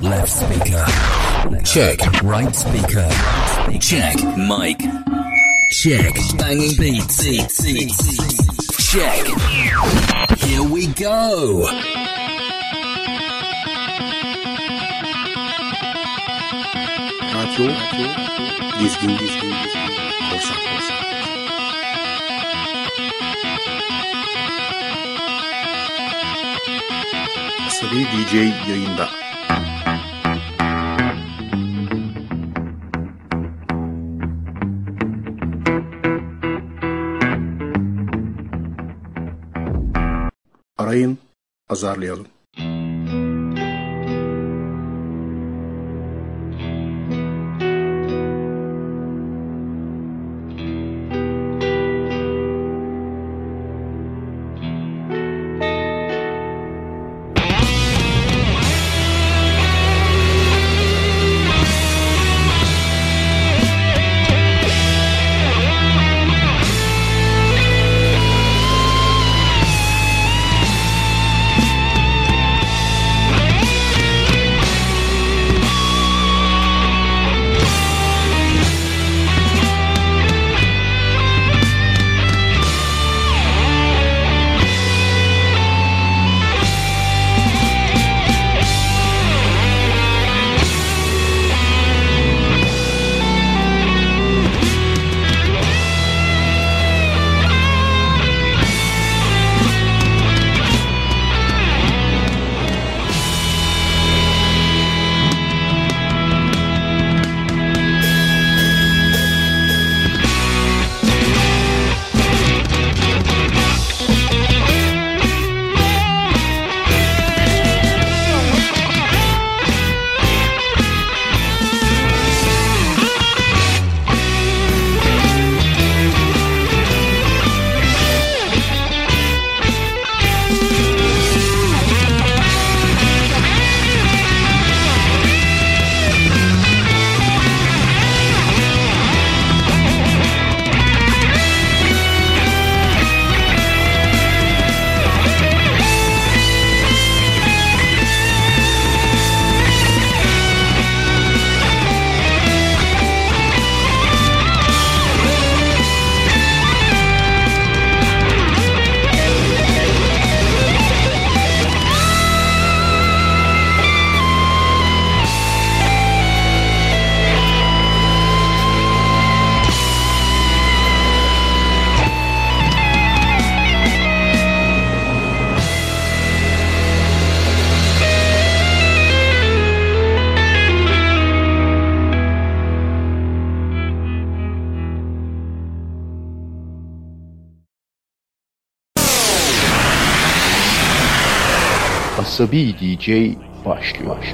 Left speaker. Check. Right speaker. Check. Mic. Check. Banging beats. Check. Here we go. Radyo dizgin korsan. Asabi DJ yayında. Arayın, azarlayalım. Asabi DJ başlıyor.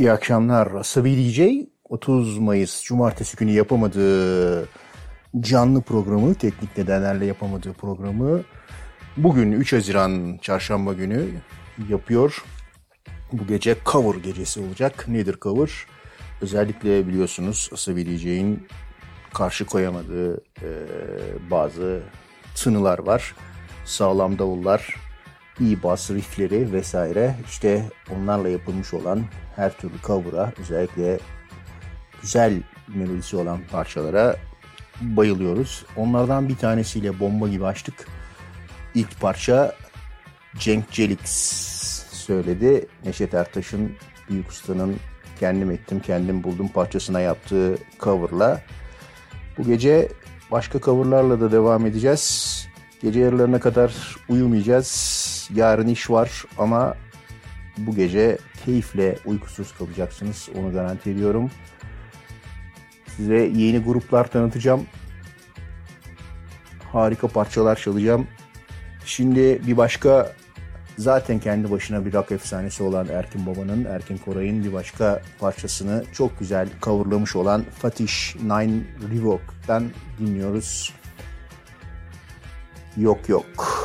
İyi akşamlar. Asabi DJ 30 Mayıs Cumartesi günü yapamadığı canlı programı, teknik nedenlerle yapamadığı programı bugün 3 Haziran Çarşamba günü yapıyor. Bu gece cover gecesi olacak. Nedir cover? Özellikle biliyorsunuz Asabi DJ'in karşı koyamadığı bazı tınılar var. Sağlam davullar, iyi bas riffleri vesaire. İşte onlarla yapılmış olan her türlü cover'a, özellikle güzel melodisi olan parçalara bayılıyoruz. Onlardan bir tanesiyle bomba gibi açtık. İlk parça Cenk Celix söyledi. Neşet Ertaş'ın, büyük ustanın kendim ettim, kendim buldum parçasına yaptığı cover'la. Bu gece başka cover'larla da devam edeceğiz. Gece yarılarına kadar uyumayacağız. Yarın iş var ama bu gece keyifle uykusuz kalacaksınız. Onu garanti ediyorum. Size yeni gruplar tanıtacağım. Harika parçalar çalacağım. Şimdi bir başka, zaten kendi başına bir rock efsanesi olan Erkin Baba'nın, Erkin Koray'ın bir başka parçasını çok güzel coverlamış olan Fatish Nine Revok'tan dinliyoruz. Yok yok.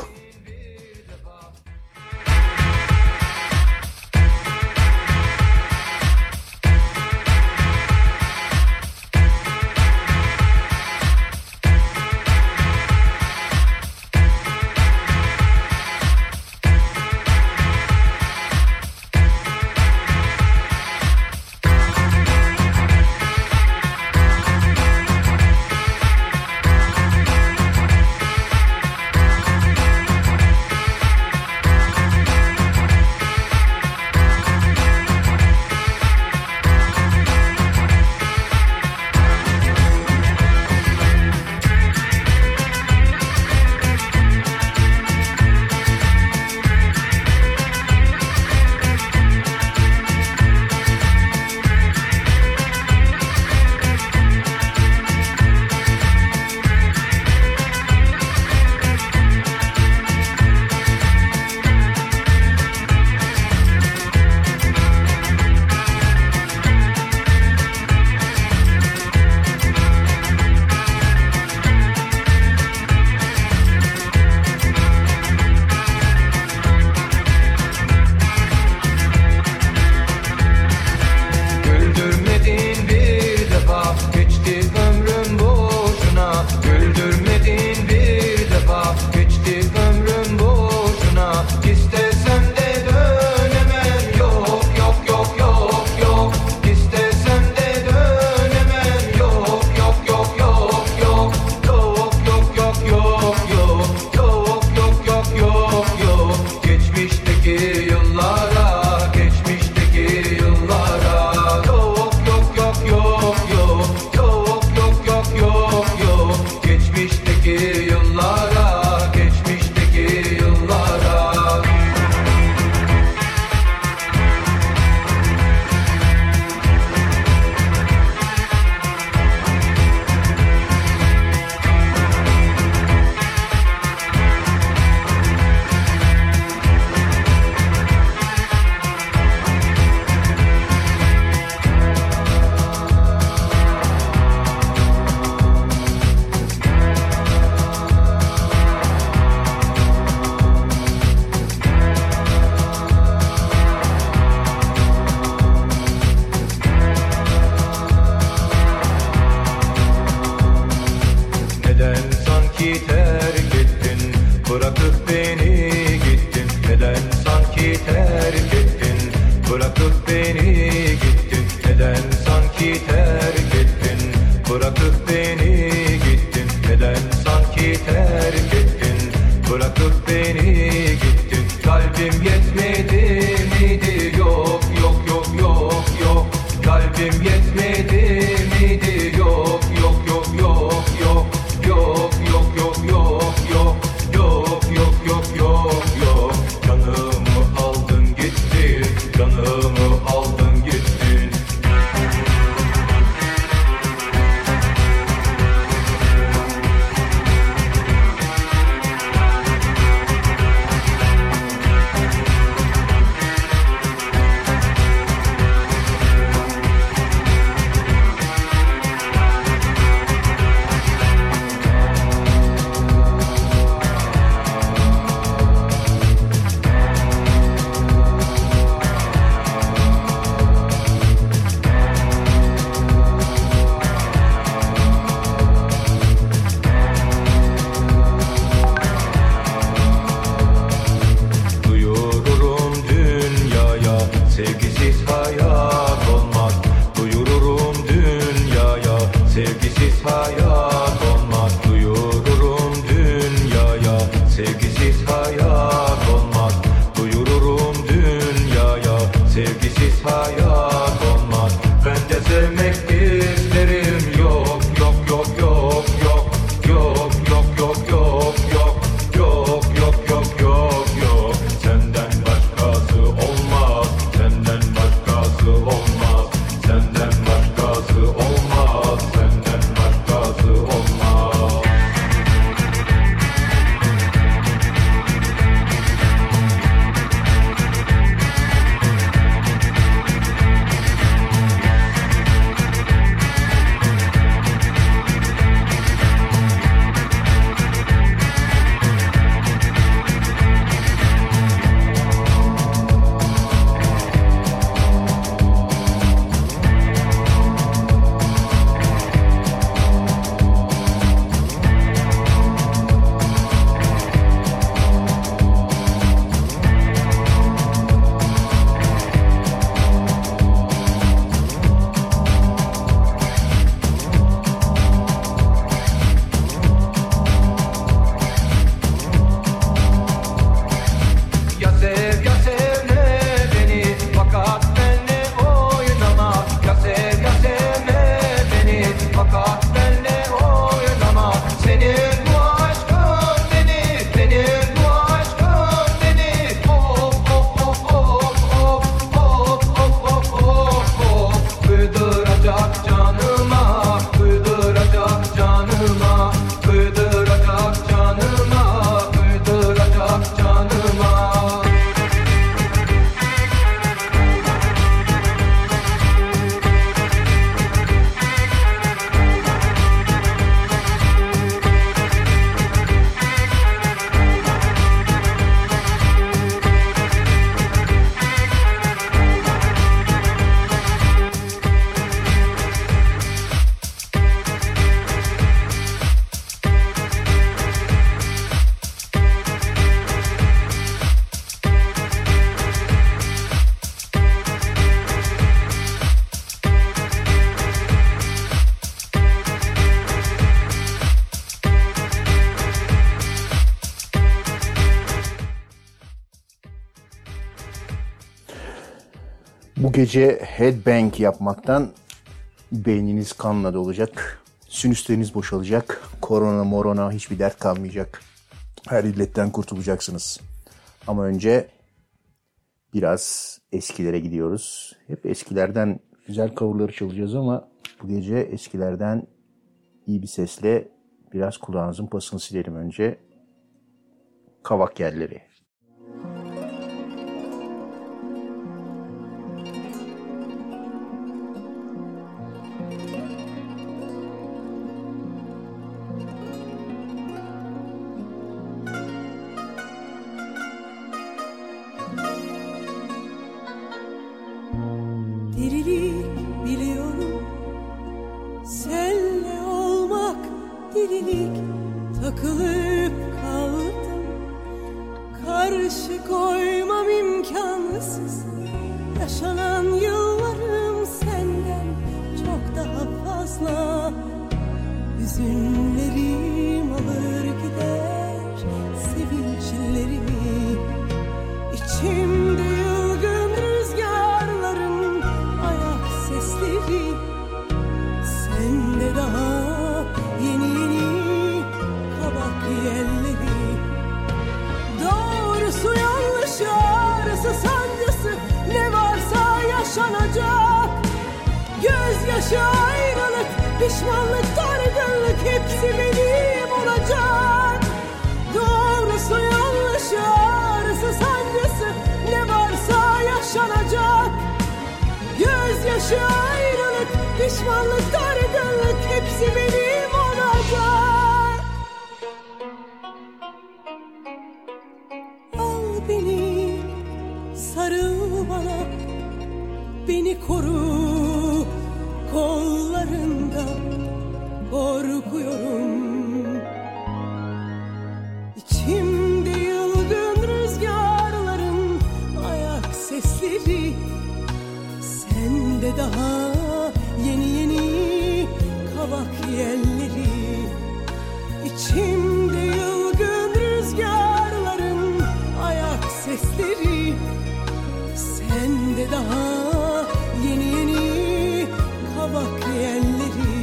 gece headbang yapmaktan beyniniz kanla dolacak. Sinüsleriniz boşalacak. Korona morona hiçbir dert kalmayacak. Her illetten kurtulacaksınız. Ama önce biraz eskilere gidiyoruz. Hep eskilerden güzel coverları çalacağız ama bu gece eskilerden iyi bir sesle biraz kulağınızın pasını silelim önce. Kavak Yerleri. Takılıp kaldım, karşı koymam imkansız. Yaşanan yıllarım senden çok daha fazla. Hüzünlerim alır gider sevinçlerimi. İçimde yılgın rüzgarların ayak sesleri. Sende daha yeni yerleri. Doğrusu yanlışı, ağrısı sancısı ne varsa yaşanacak. Gözyaşı, ayrılık, pişmanlık, dargınlık hepsi benim olacak. Doğrusu yanlışı, ağrısı sancısı ne varsa yaşanacak. Gözyaşı, ayrılık, pişmanlık, dargınlık hepsi benim olacak. Beni sarıl bana, beni koru kollarında, korkuyorum. İçimde yılgın rüzgarların ayak sesleri. Sende daha yeni kavak yelleri. İçimde yılgın rüzgarların ayak sesleri. Sende daha yeni kavak yelleri.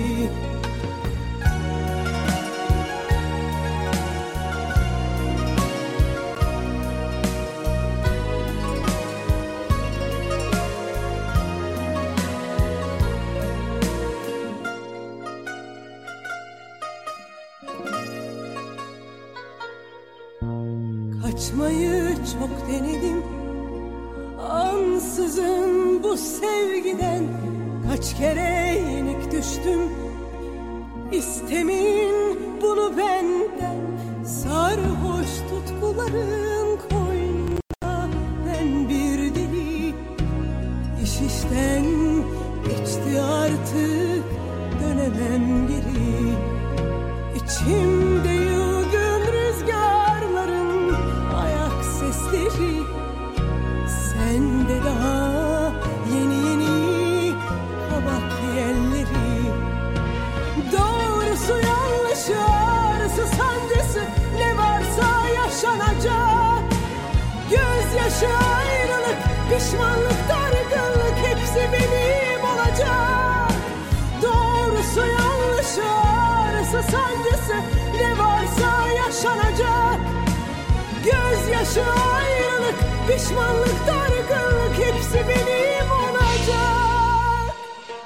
Kaçmayı çok denedim, ansızın bu sevgiden kaç kere yenik düştüm. İstemeyin bunu benden, sarhoş tutkuların koynunda ben bir deli. İş işten geçti artık, dönemem geri. İçimde yılgın rüzgarların ayak sesleri. Sende daha yeni kabak yelleri. Doğrusu yanlışı, ağrısı sancısı ne varsa yaşanacak. Gözyaşı, ayrılık, pişmanlık, dargınlık hepsi benim olacak. Doğrusu yanlışı, ağrısı sancısı ne varsa yaşanacak. Gözyaşı, ayrılık, pişmanlık, dargınlık hepsi benim olacak.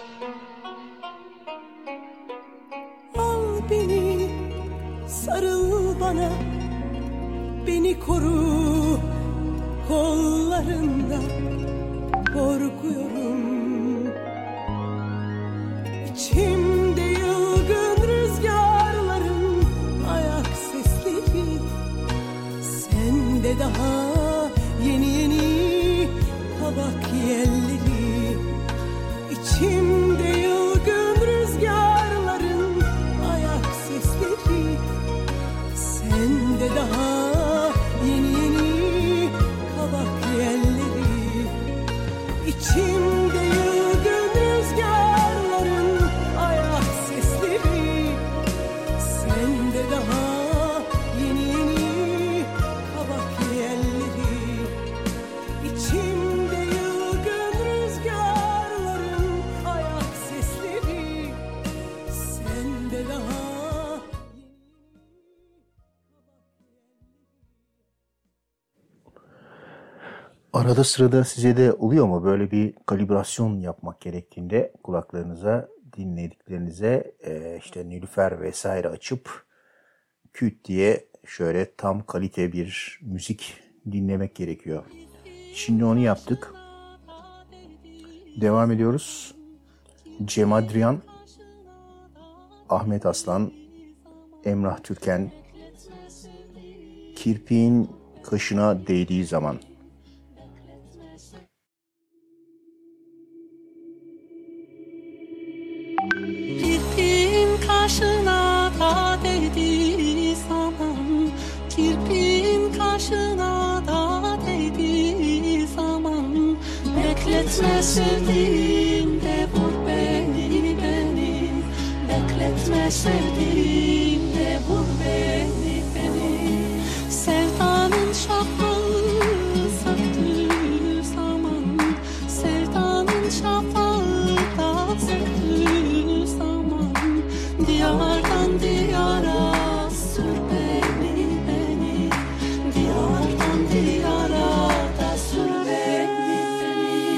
Al beni, sarıl bana, beni koru kollarında, korkuyorum. İçimde yılgın rüzgarların ayak sesleri. Sende daha yeni kabak yelleri. İçimde yılgın rüzgarların ayak sesleri. Sende daha yeni kabak yelleri. İçimde yılgın rüzgarların ayak sesleri. Sende daha yeni kabak yelleri. İçimde yılgın rüzgar. Arada sırada size de oluyor mu böyle bir kalibrasyon yapmak gerektiğinde kulaklarınıza, dinlediklerinize işte Nilüfer vesaire açıp küt diye şöyle tam kalite bir müzik dinlemek gerekiyor. Şimdi onu yaptık. Devam ediyoruz. Cem Adrian, Ahmet Aslan, Emrah Türken, Kirpiğin kaşına değdiği zaman. Kirpiğin kaşına da değdiği zaman, kirpiğin kaşına da değdiği zaman, bekletme sevdiğim de vur beni, beni, bekletme sevdiğim de vur beni, beni. Sevdanın şafağı söktüğü zaman, sevdanın şafağı da söktüğü zaman, diyardan diyara sür beni, beni, diyardan diyara da sür beni, beni.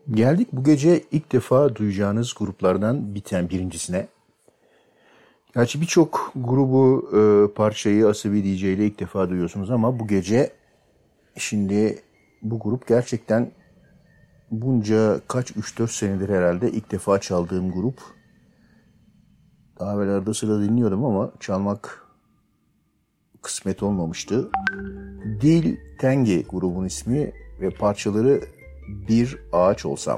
Geldik bu gece ilk defa duyacağınız gruplardan birincisine. Gerçi birçok grubu, parçayı Asabi DJ ile ilk defa duyuyorsunuz ama bu gece şimdi bu grup gerçekten bunca 3-4 senedir herhalde ilk defa çaldığım grup. Daha evvel arada sırada dinliyordum ama çalmak kısmet olmamıştı. Dil Tengi grubun ismi ve parçaları Bir Ağaç Olsam.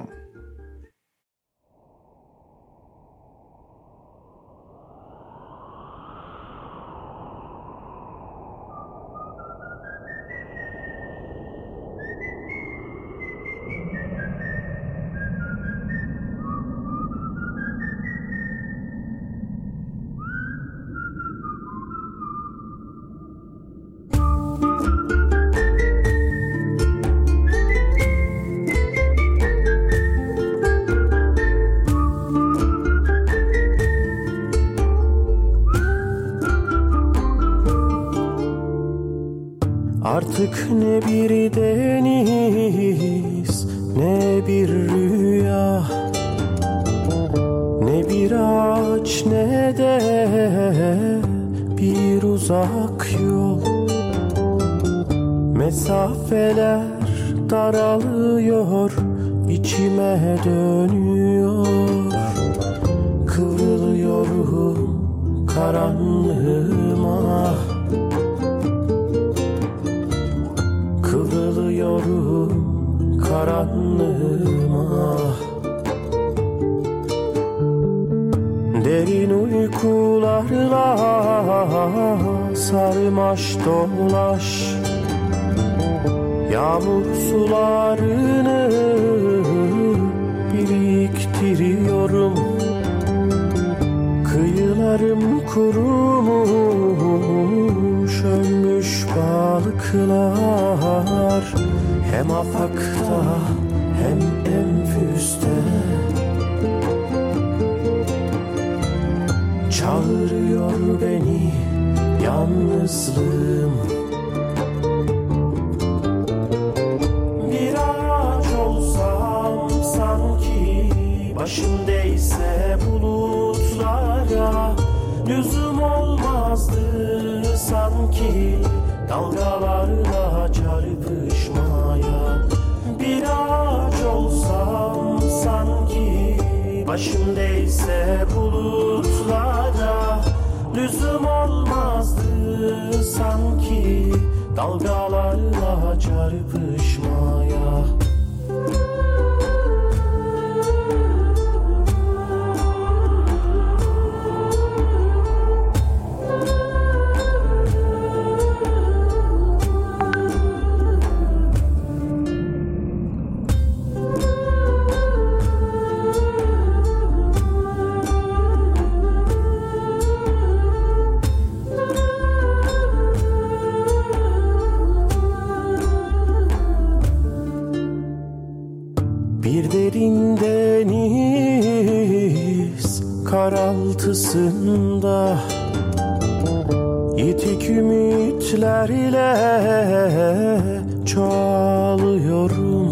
Artık ne bir deniz, ne bir rüya, ne bir ağaç, ne de bir uzak yol. Mesafeler daralıyor, içime dönüyor. Kıvrılıyorum karanlığıma, kıvrılıyorum karanlığıma. Derin uykularla sarmaş dolaş, yağmur sularını biriktiriyorum. Kıyılarım kurumuş, ölmüş balıklar hem afakta hem enfüste. Çağırıyor beni yalnızlığım. Bir ağaç olsam sanki, başım değse bulutlara, lüzum olmazdı sanki dalgalarla çarpışmaya. Bir ağaç olsam sanki, başım değse bulutlara, lüzum olmazdı sanki dalgalarla çarpışmaya. Bir derin deniz karaltısında yitik ümitlerle çoğalıyorum.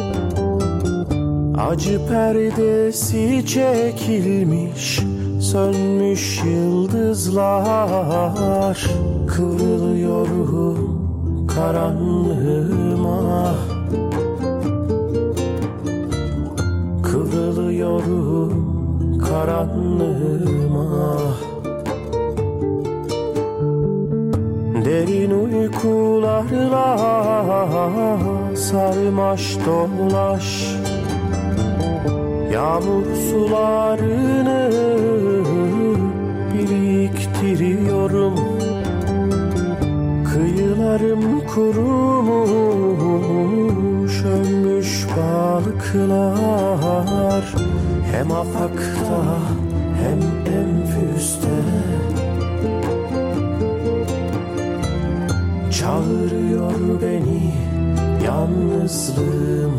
Acı perdesi çekilmiş, sönmüş yıldızlar. Kıvrılıyorum karanlığıma, kıvrılıyorum karanlığıma. Derin uykularla sarmaş dolaş, yağmur sularını biriktiriyorum. Kıyılarım kurumuş, ölmüş balıklar hem afakta hem enfüste. Çağırıyor beni yalnızlığım.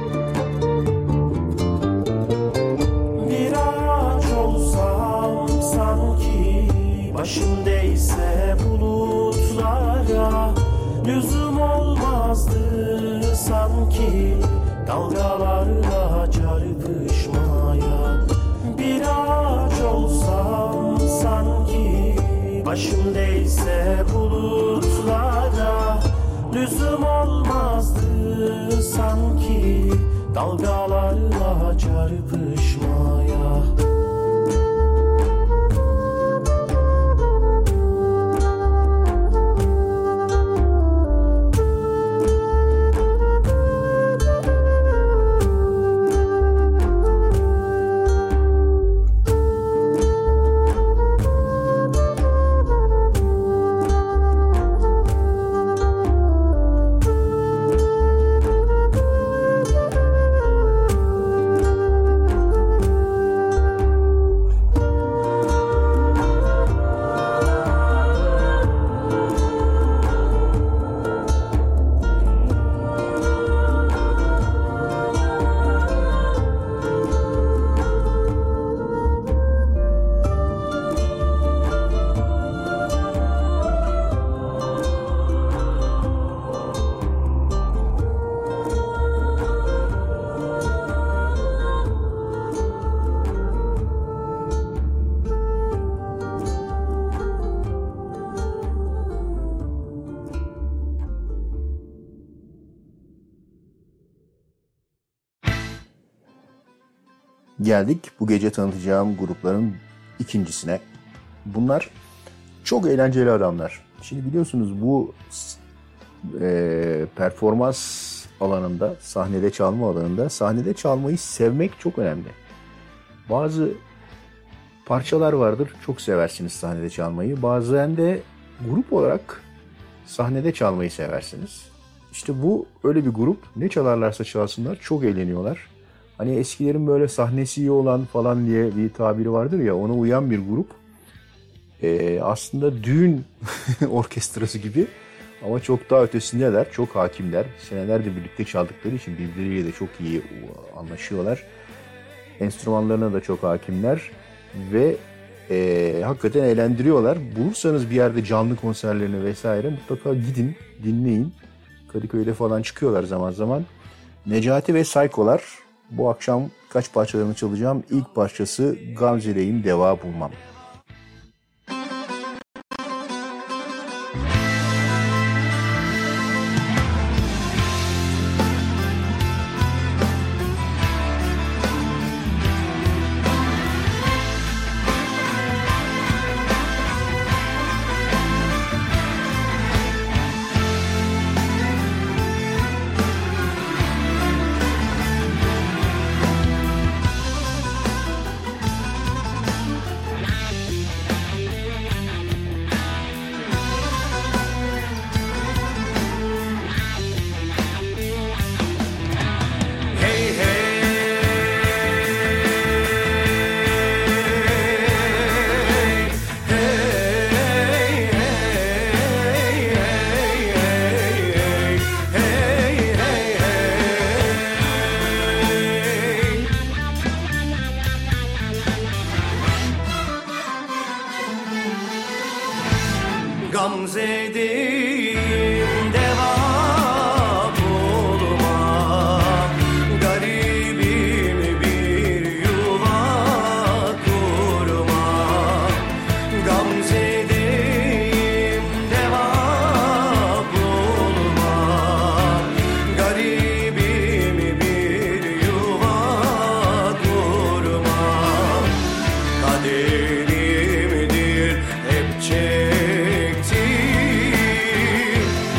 Bir ağaç olsam sanki, başım değse bulutlara, lüzum olmazdı sanki dalgalarla başım değse bulutlara, lüzum olmazdı sanki dalgalarla çarpışmaya. Geldik bu gece tanıtacağım grupların ikincisine. Bunlar çok eğlenceli adamlar. Şimdi biliyorsunuz bu performans alanında, sahnede çalma alanında, sahnede çalmayı sevmek çok önemli. Bazı parçalar vardır, çok seversiniz sahnede çalmayı. Bazen de grup olarak sahnede çalmayı seversiniz. İşte bu öyle bir grup. Ne çalarlarsa çalsınlar çok eğleniyorlar. Hani eskilerin böyle sahnesi iyi olan falan diye bir tabiri vardır ya, ona uyan bir grup. Aslında düğün orkestrası gibi ama çok daha ötesindeler, çok hakimler. Senelerdir birlikte çaldıkları için birbirleriyle de çok iyi anlaşıyorlar. Enstrümanlarına da çok hakimler ve hakikaten eğlendiriyorlar. Bulursanız bir yerde canlı konserlerini vesaire mutlaka gidin, dinleyin. Kadıköy'de falan çıkıyorlar zaman zaman. Necati ve Saykolar. Bu akşam kaç parçalarını çalacağım. İlk parçası Gamze'deyim deva bulmam. Gamze'deyim deva bulma, garibim bir yuva kurma. Gamze'deyim deva bulma, garibim bir yuva kurma. Kaderimdir hep çektim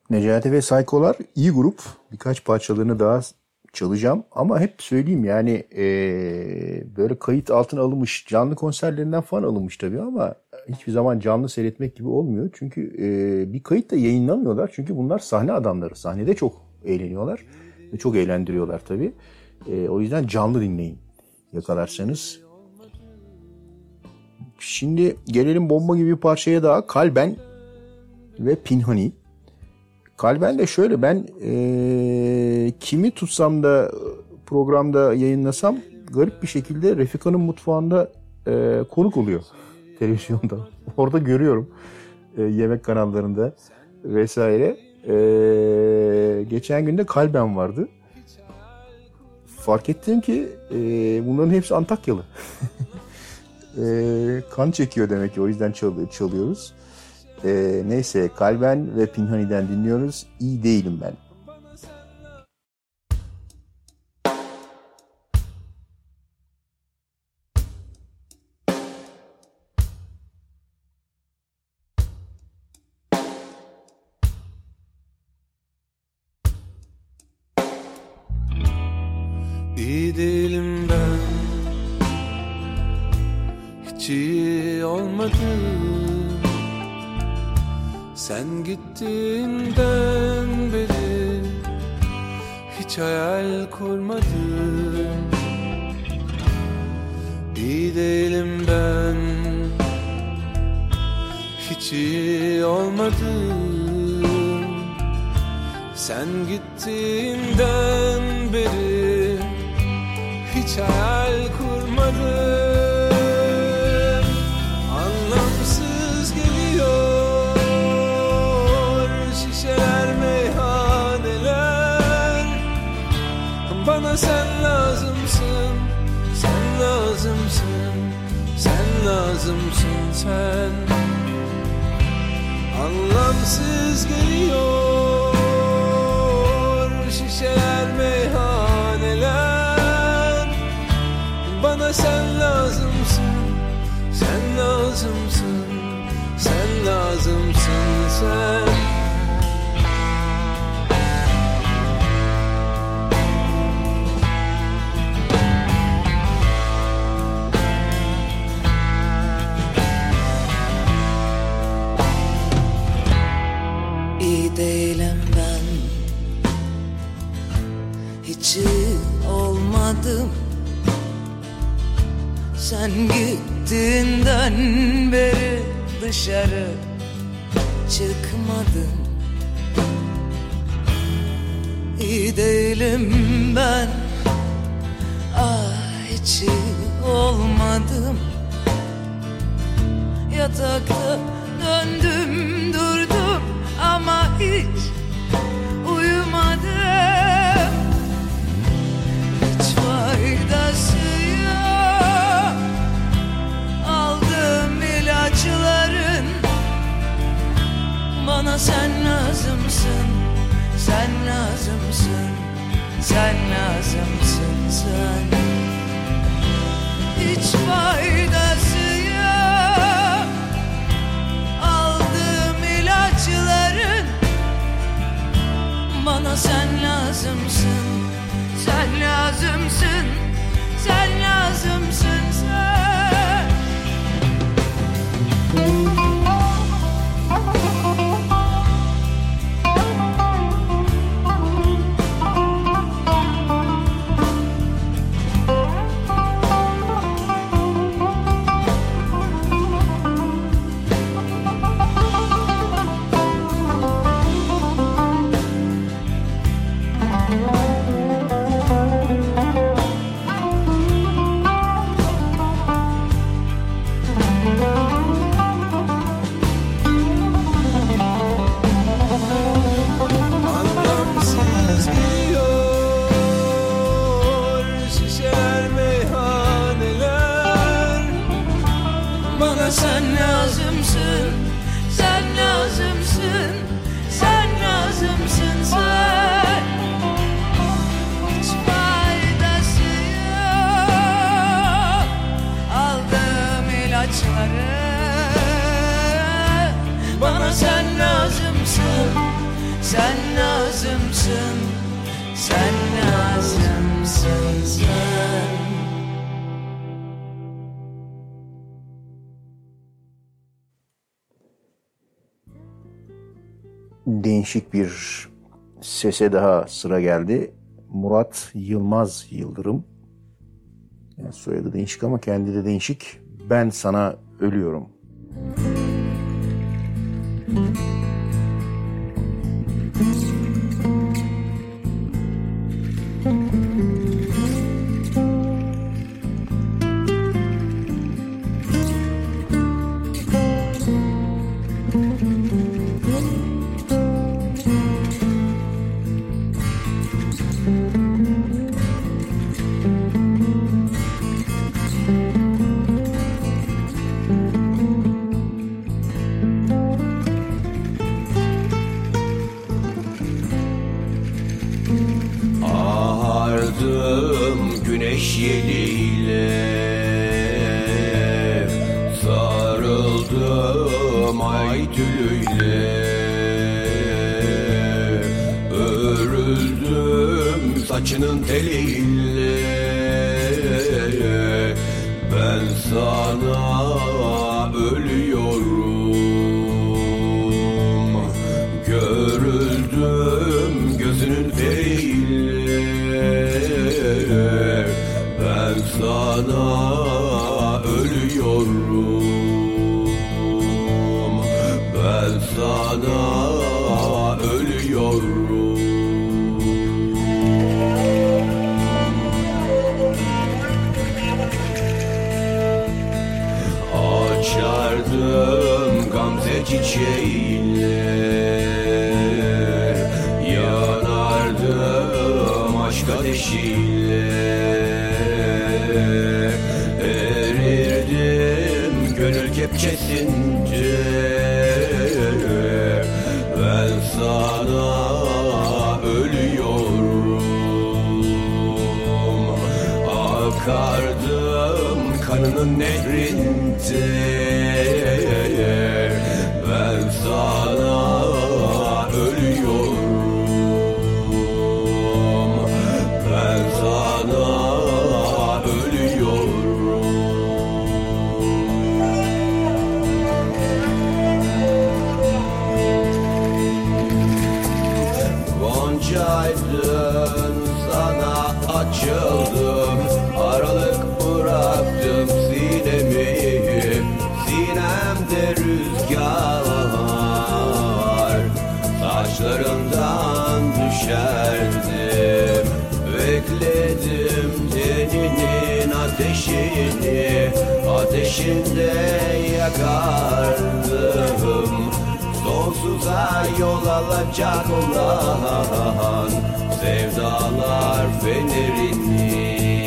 Necati ve Saykolar iyi grup. Birkaç parçalarını daha çalacağım. Ama hep söyleyeyim yani böyle kayıt altına alınmış canlı konserlerinden falan alınmış tabii ama hiçbir zaman canlı seyretmek gibi olmuyor. Çünkü bir kayıt da yayınlamıyorlar. Çünkü bunlar sahne adamları. Sahnede çok eğleniyorlar. Ve çok eğlendiriyorlar tabii. O yüzden canlı dinleyin yakalarsanız. Şimdi gelelim bomba gibi bir parçaya daha. Kalben ve Pinhani. Kalben de şöyle, ben kimi tutsam da programda yayınlasam garip bir şekilde Refika'nın mutfağında konuk oluyor televizyonda. Orada görüyorum yemek kanallarında vesaire. Geçen günde Kalben vardı. Fark ettim ki bunların hepsi Antakyalı. Kan çekiyor demek ki, o yüzden çalıyoruz. Neyse, Kalben ve Pinhani'den dinliyoruz. İyi değilim ben. İyi değilim ben, hiç iyi olmadım. Sen gittiğinden beri hiç hayal kurmadım. İyi değilim ben, hiç iyi olmadım. Sen gittiğinden beri hiç hayal kurmadım. Anlamsız geliyor şişeler, meyhaneler. Bana sen lazımsın, sen lazımsın, sen lazımsın sen. Anlamsız geliyor şişeler, meyhaneler. Bana sen lazımsın, sen lazımsın, sen lazımsın sen. İyi değilim ben, hiç iyi olmadım. Sen gittiğinden beri dışarı çıkmadım. İyi değilim ben, hiç iyi olmadım. Yatakta döndüm durdum ama hiç uyumadım. Hiç faydası yok aldığım ilaçların. Bana sen lazımsın, sen lazımsın, sen lazımsın sen. Hiç faydası yok aldığım ilaçların. Bana sen lazımsın, sen lazımsın, sen lazımsın sen. Sen lazımsın, sen lazımsın, sen lazımsın sen. Hiç faydası yok aldığım ilaçları. Bana sen lazımsın, sen Değişik bir sese daha sıra geldi. Murat Yılmaz Yıldırım. Yani soyadı değişik ama kendi de değişik. Ben sana ölüyorum. Güneş yeliyle sarıldım ay tülüyle, örüldüm saçının teliyle. Ben sana ölüyorum, görüldüm gözünün feriyle. Ben sana ölüyorum, ben sana ölüyorum. Açardım gamze çiçeğiyle, yanardım aşk ateşiyle. Erirdim gönül kepçesinde, ben sana ölüyorum. Akardım kanının nehrinde, ben sana ölüyorum, ben sana ölüyorum. Goncaydın sana açıldım, aralık bıraktım sinemi, sinemde rüzgar, saçlarından düşerdim. Bekledim teninin ateşini, ateşinde yakardım. Sonsuza yol alacak olan sevdalar fenerini.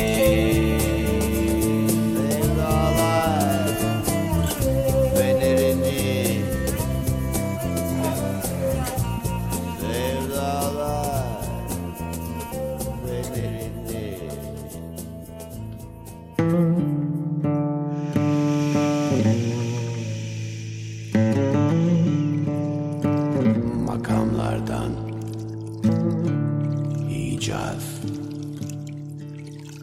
Sevdalar fenerini. Sevdalar fenerini. Makamlardan icaz.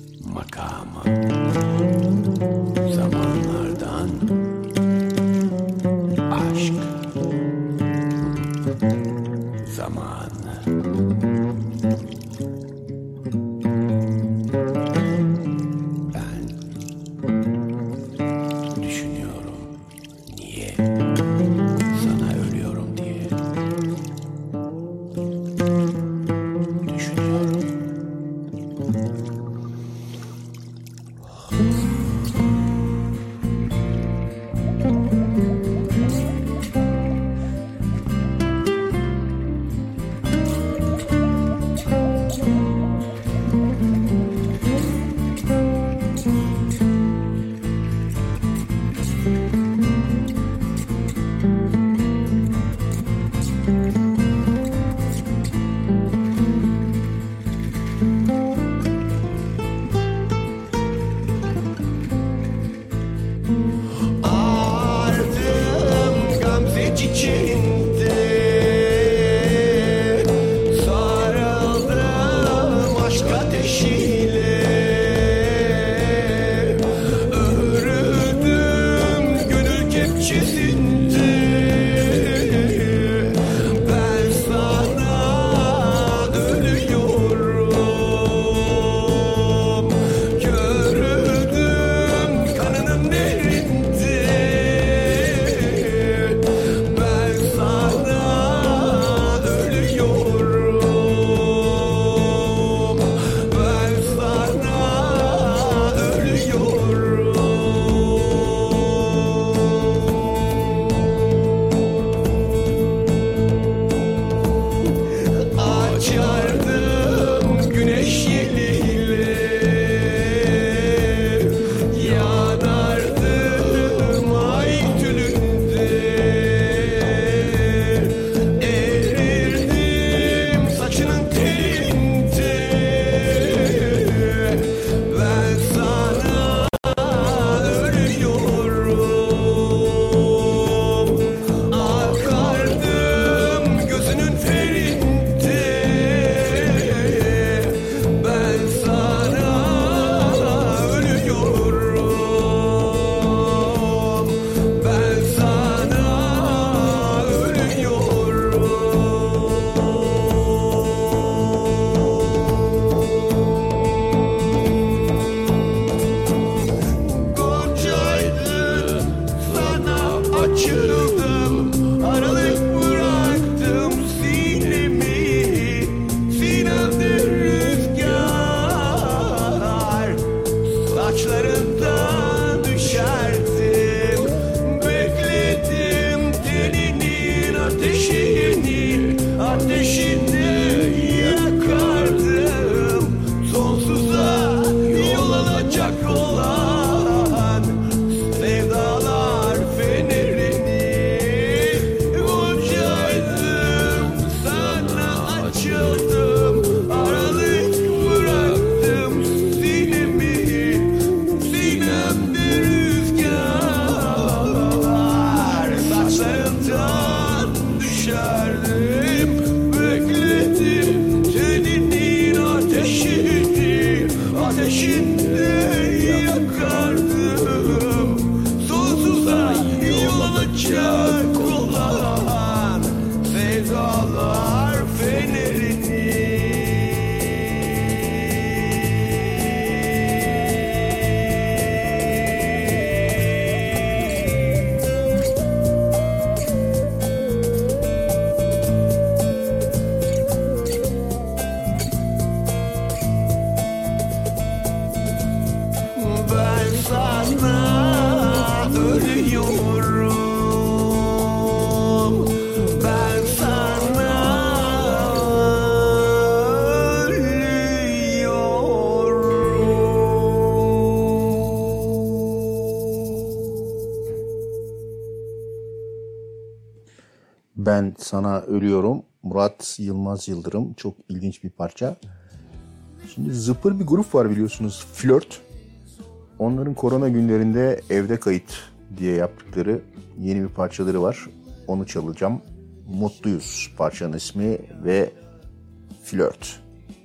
Ben Sana Ölüyorum. Murat Yılmaz Yıldırım. Çok ilginç bir parça. Şimdi zıpır bir grup var biliyorsunuz. Flört. Onların korona günlerinde evde kayıt diye yaptıkları yeni bir parçaları var. Onu çalacağım. Mutluyuz parçanın ismi ve Flört.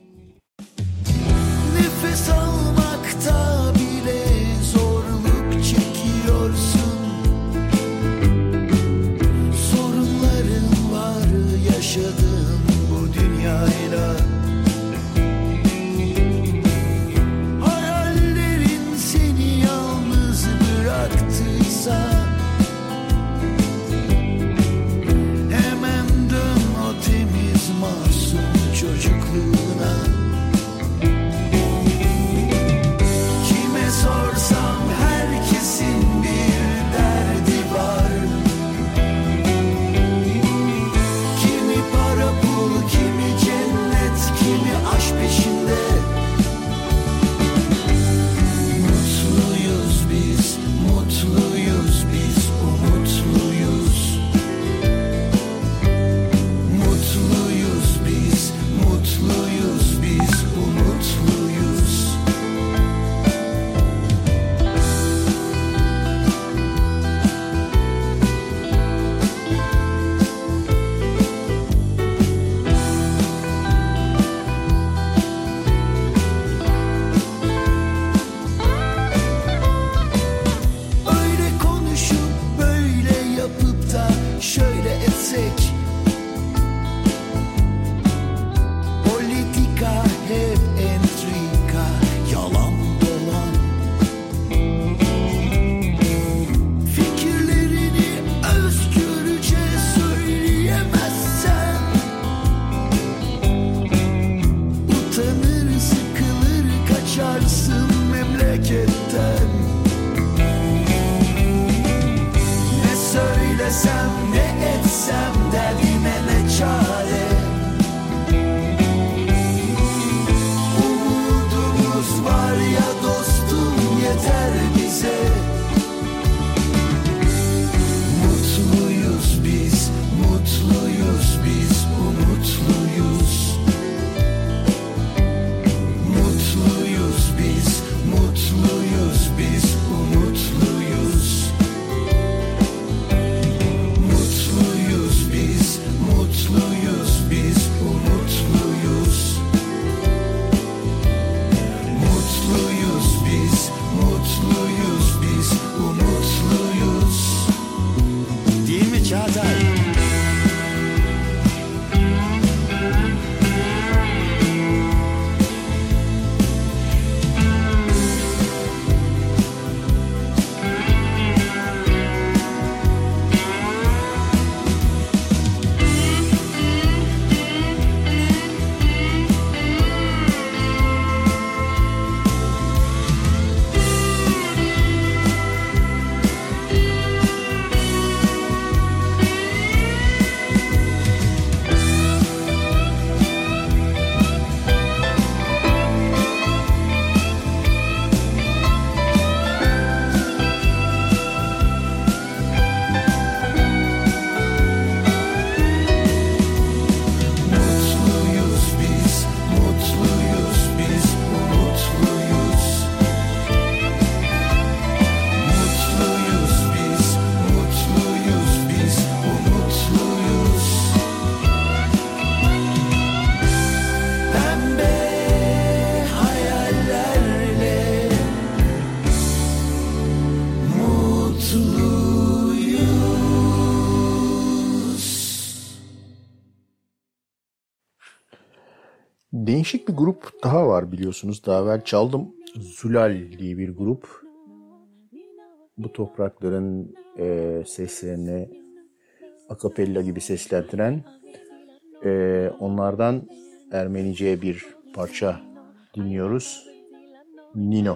Nefes almakta bile zorluk çekiyorsun. Sorunların var yaşadığın bu dünyayla. Hayallerin seni yalnız bıraktıysa hemen dön o temiz masum çocukluğuna. Kime sorsam herkesin bir derdi var. Kimi para pul, kimi cennet, kimi aşk peşinde. Mutluyuz biz, mutluyuz biz, umutluyuz. Mutluyuz biz, mutluyuz biz, umutluyuz. Öyle konuşup böyle yapıp da şöyle etsek. Politika hep entrika, yalan dolan. Fikirlerini özgürce söyleyemezsen utanır, sıkılır, kaçarsın memleketten. Ne söylesem ne etsem derdime ne çare. Umudumuz var ya dostum, yeter bize. Mutluyuz biz, mutluyuz biz, umutluyuz. Mutluyuz biz, mutluyuz biz, umutluyuz. Mutluyuz biz, mutluyuz biz, umutluyuz. Mutluyuz biz, mutluyuz biz, umutluyuz. Değil mi Çağatay? Mutluyuz biz, mutluyuz biz, umutluyuz. Mutluyuz biz, mutluyuz biz, umutluyuz. Pembe hayallerle mutluyuz. Değişik bir grup daha var biliyorsunuz. Daha evvel çaldım. Zulal diye bir grup. Bu toprakların seslerini akapella gibi seslendiren onlardan Ermenice'ye bir parça dinliyoruz. Nino.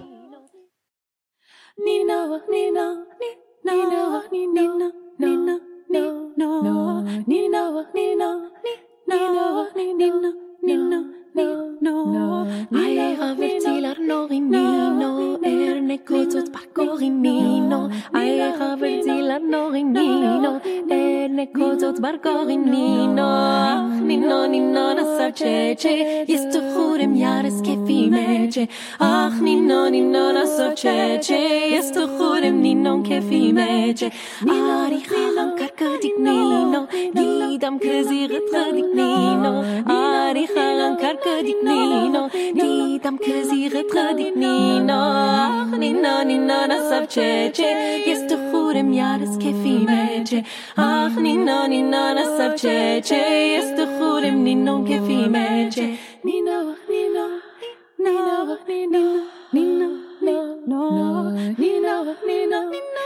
Nino, Nino, Nino, Nino, Nino, Nino, Nino, Nino, Nino, Nino, Nino, Nino. Ai răvărților noi, Nino, erne coțoți parco morinino ai khavelzila norinino ne kozot bargorinino nino nino na savcheche jest to churem yares kefimeche ach nino nino na savcheche jest to churem nino kefimeche ari khalam karkadik nino didam keziret khadik nino ari khalam karkadik nino didam keziret khadik nino nino nino na savcheche jest to churem yares kefimeche ach nino nino na savcheche jest to churem nino kefimeche nino nino nino nino nino nino nino nino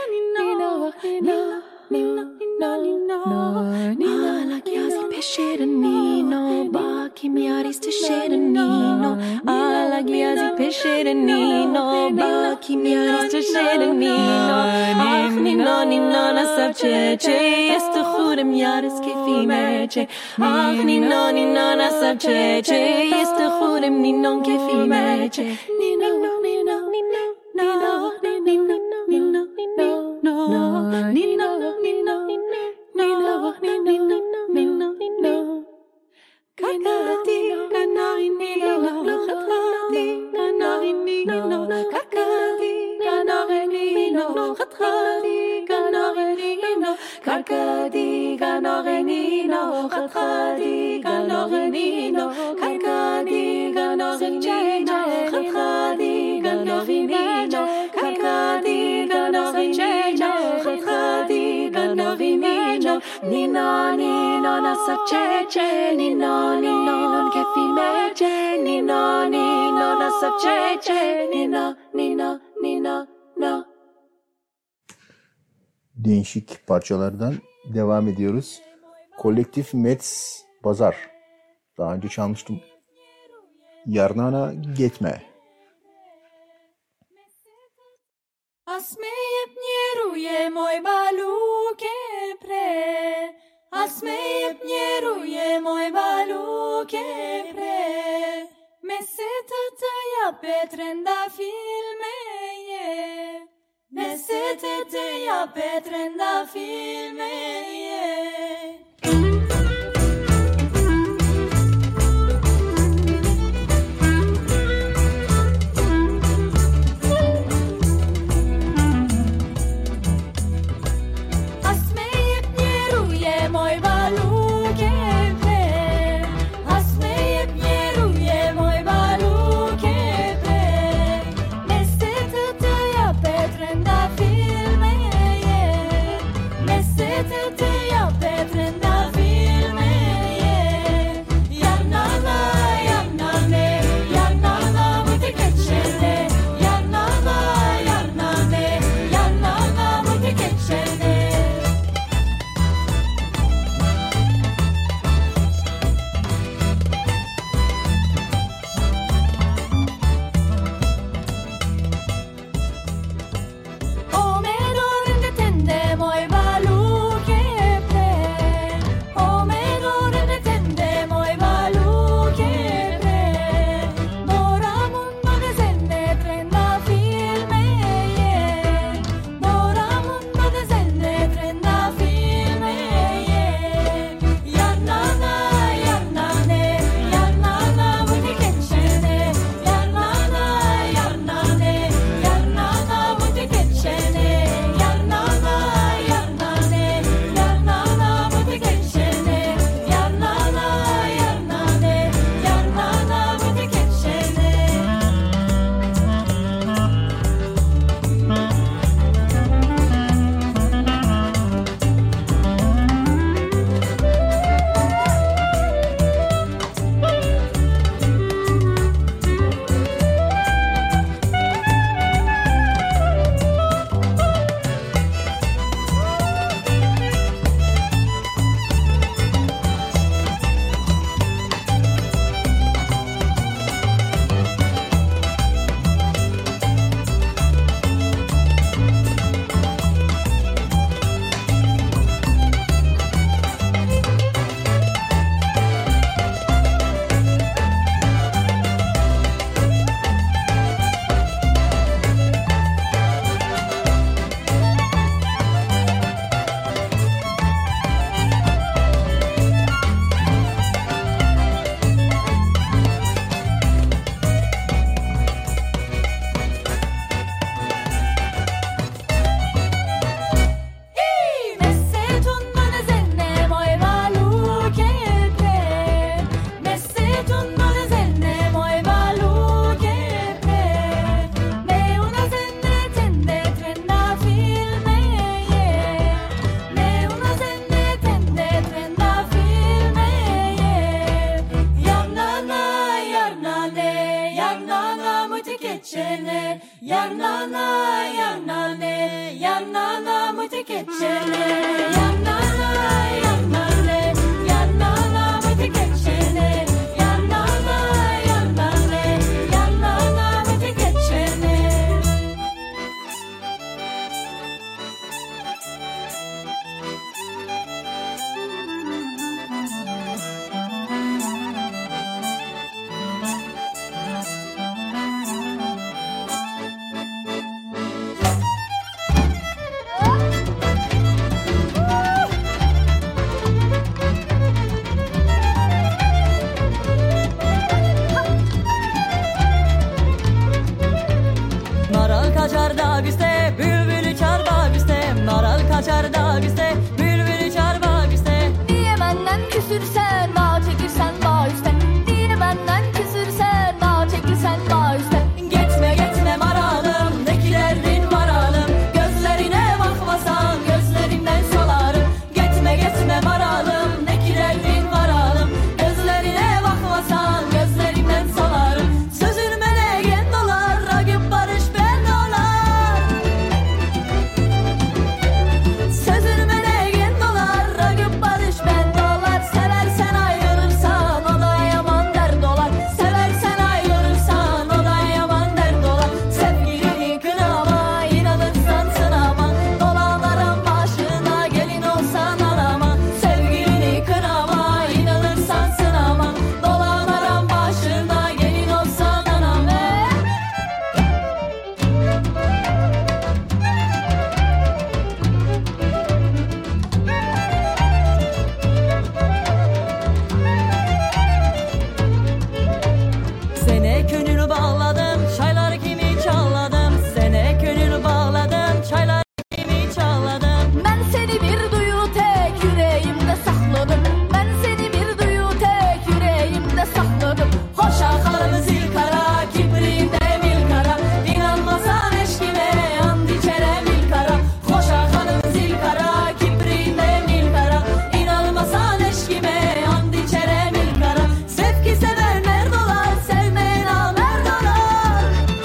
nino nino ala chiasi pescere nino bacchi miaris tescere nino ala chiasi pescere nino bacchi miaris tescere nino ach nino nino na savcheche jest to churem yares kefimeche ach nino nino na savcheche jest to churem nino kefimeche nino nino nino nino nino nino nino nino nino Kakadi kanari nino Kakadi kanari nino Kakadi kanari nino Kakadi kanari nino Kakadi kanari nino Kakadi kanari nino Kakadi kanari nino Kakadi kanari nino Kakadi kanari nino Kakadi kanari nino Nino nino na savcheche Nino nino kefimeche Nino nino na savcheche Nino nino nino no. Değişik parçalardan devam ediyoruz. Kolektif Metz Bazar. Daha önce çalmıştım. Yarnana Getme. Asmejeb njeruje moj baluke pre Asmejeb njeruje moj baluke pre Mesetet ja petrenda filme je Mesetet ja petrenda filme je Petre Yanana muti keçene Yanana yanale Yanana muti keçene Yanana yanale Yanana muti keçene Maral kaçar da bizde, bülbülü çar da bizde. Maral kaçar da bizde, bülbülü çar da bizde. Niye benden küsürsen, bağ çekirsen bağ üstte. Niye benden küsürsen, bağ çekirsen bağ üstte. Gitme gitme maralım, ne ki derdin maralım. Gözlerine bakmasan gözlerimden salarım. Gitme gitme maralım, ne ki derdin maralım. Gözlerine bakmasan gözlerimden salarım. Sözünme gen dolar, ragip barış ben dolar. Sözünme gen dolar, ragip barış ben dolar. Seversen ayrılırsan o da yaman dert dolar. Seversen ayrılırsan o da yaman dert dolar. Sevgilini kınama, inanırsan sınama. Dolanların başına gelin olsan anama. Sevgilini kınama, inanırsan sınama. Dolanların başına gelin olsan anama. Sene könül bağladım, çaylar kimi çağladım. Sene könül bağladım, çaylar kimi çağladım. Ben seni bir duyu tek yüreğimde sakladım. Ben seni bir duyu tek yüreğimde sakladım. Hoşa kalın zil kara, kibriğinde mil kara. İnanmasan eşkime, and içere mil kara. Hoşa kalın zil kara, kibriğinde mil kara. İnanmasan eşkime, and içere mil kara. Sevki sever merdolar, sevmeyen amer dolar.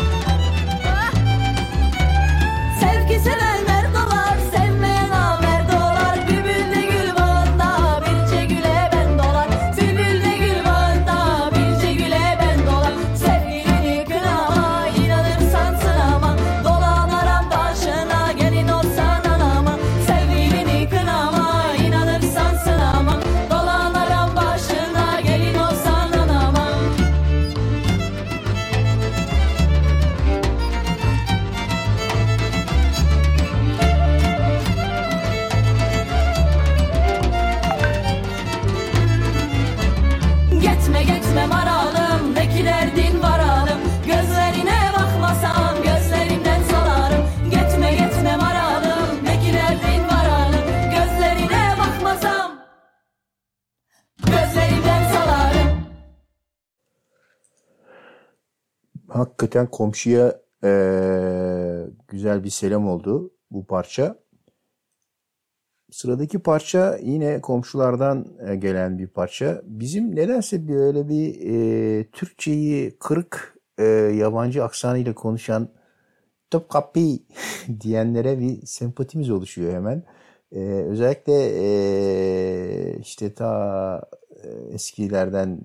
Sevki sever merdolar, sevmeyen amer dolar. Bülbülde gül bağında, birce güle ben dolar. Bülbülde gül bağında, birce güle ben dolar. Sevgilini kınama, inanırsan sınama. Dolanaran başına gelin olsan anama. Sevgilini kınama, inanırsan sınama. Dolanaran başına gelin olsan anama. Gitme gitme maralım, ne ki derdin varalım. Gözlerine bakmasam gözlerimden salarım. Gitme gitme maralım, ne ki derdin varalım. Gözlerine bakmasam gözlerimden salarım. Hakikaten komşuya güzel bir selam oldu bu parça. Sıradaki parça yine komşulardan gelen bir parça. Bizim nedense böyle bir Türkçeyi kırık yabancı aksanıyla konuşan top kapı diyenlere bir sempatimiz oluşuyor hemen. Özellikle işte ta eskilerden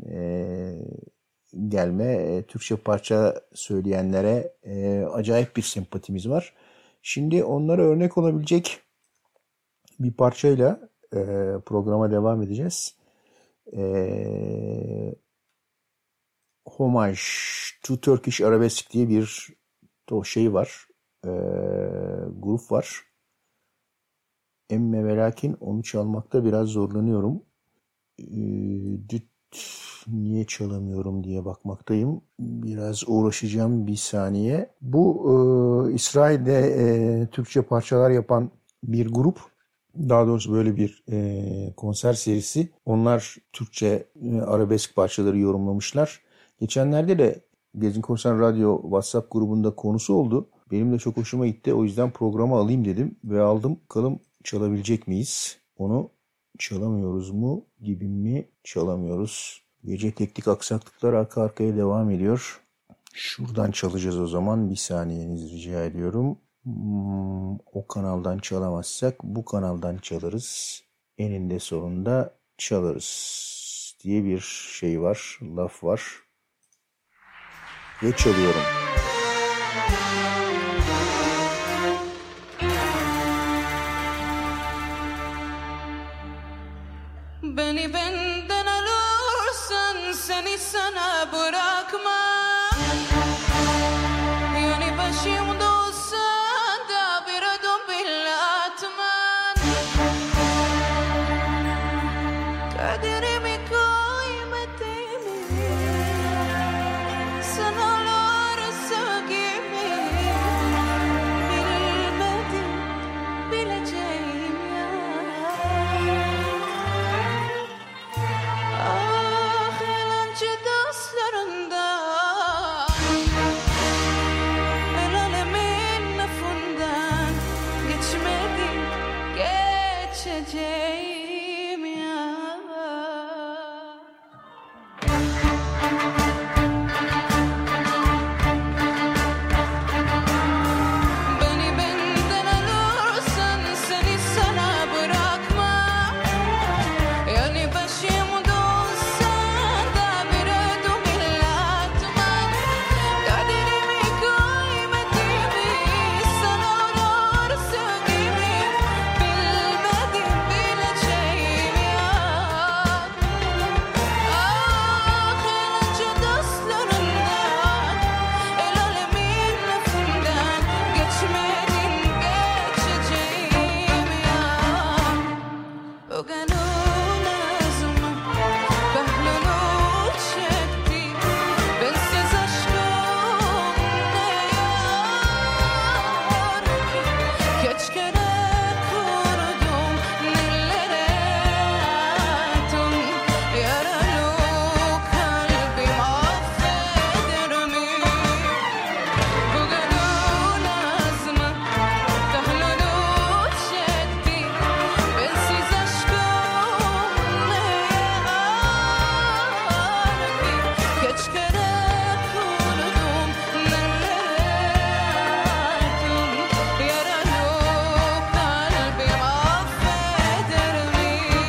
gelme Türkçe parça söyleyenlere acayip bir sempatimiz var. Şimdi onlara örnek olabilecek bir parçayla programa devam edeceğiz. Homage to Turkish Arabesk diye bir şey var. Grup var. Emme ve lakin onu çalmakta biraz zorlanıyorum. Niye çalamıyorum diye bakmaktayım. Biraz uğraşacağım bir saniye. Bu İsrail'de Türkçe parçalar yapan bir grup. Daha doğrusu böyle bir konser serisi. Onlar Türkçe arabesk parçaları yorumlamışlar. Geçenlerde de Gezgin Korsan Radyo WhatsApp grubunda konusu oldu. Benim de çok hoşuma gitti. O yüzden programa alayım dedim ve aldım. Bakalım çalabilecek miyiz? Onu çalamıyoruz mu gibi mi? Çalamıyoruz. Gece teknik aksaklıklar arka arkaya devam ediyor. Şuradan çalacağız o zaman. Bir saniyenizi rica ediyorum. O kanaldan çalamazsak bu kanaldan çalarız. Eninde sonunda çalarız diye bir şey var, laf var. Ve çalıyorum. Beni benden alırsan seni sana bırakmam. Yani başımda olsan da bir adım bile atmam. Kaderimi kıymetimi sanalar sevgimi bilmedim bileceğim ya. Ah eğlence dostlarından el alemin lafından geçmedim geçeceğim ya. Beni benden alırsan seni sana bırakmam. Yani başımda olsan da bir adım bile atmam. Kaderimi kıymetimi sanalar sevgimi bilmedim bileceğim ya. Ah eğlence dostlarından el alemin lafından geçmedin geçeceğim ya. Bugün lazım kahrolur çekti bensiz aşkım ne yar ki kaç kere kurdum nelere attım yaralı kalbim affeder mi? Bugün lazım kahrolur çekti bensiz aşkım ne yar ki kaç kere kurdum nelere attım yaralı kalbim affeder mi?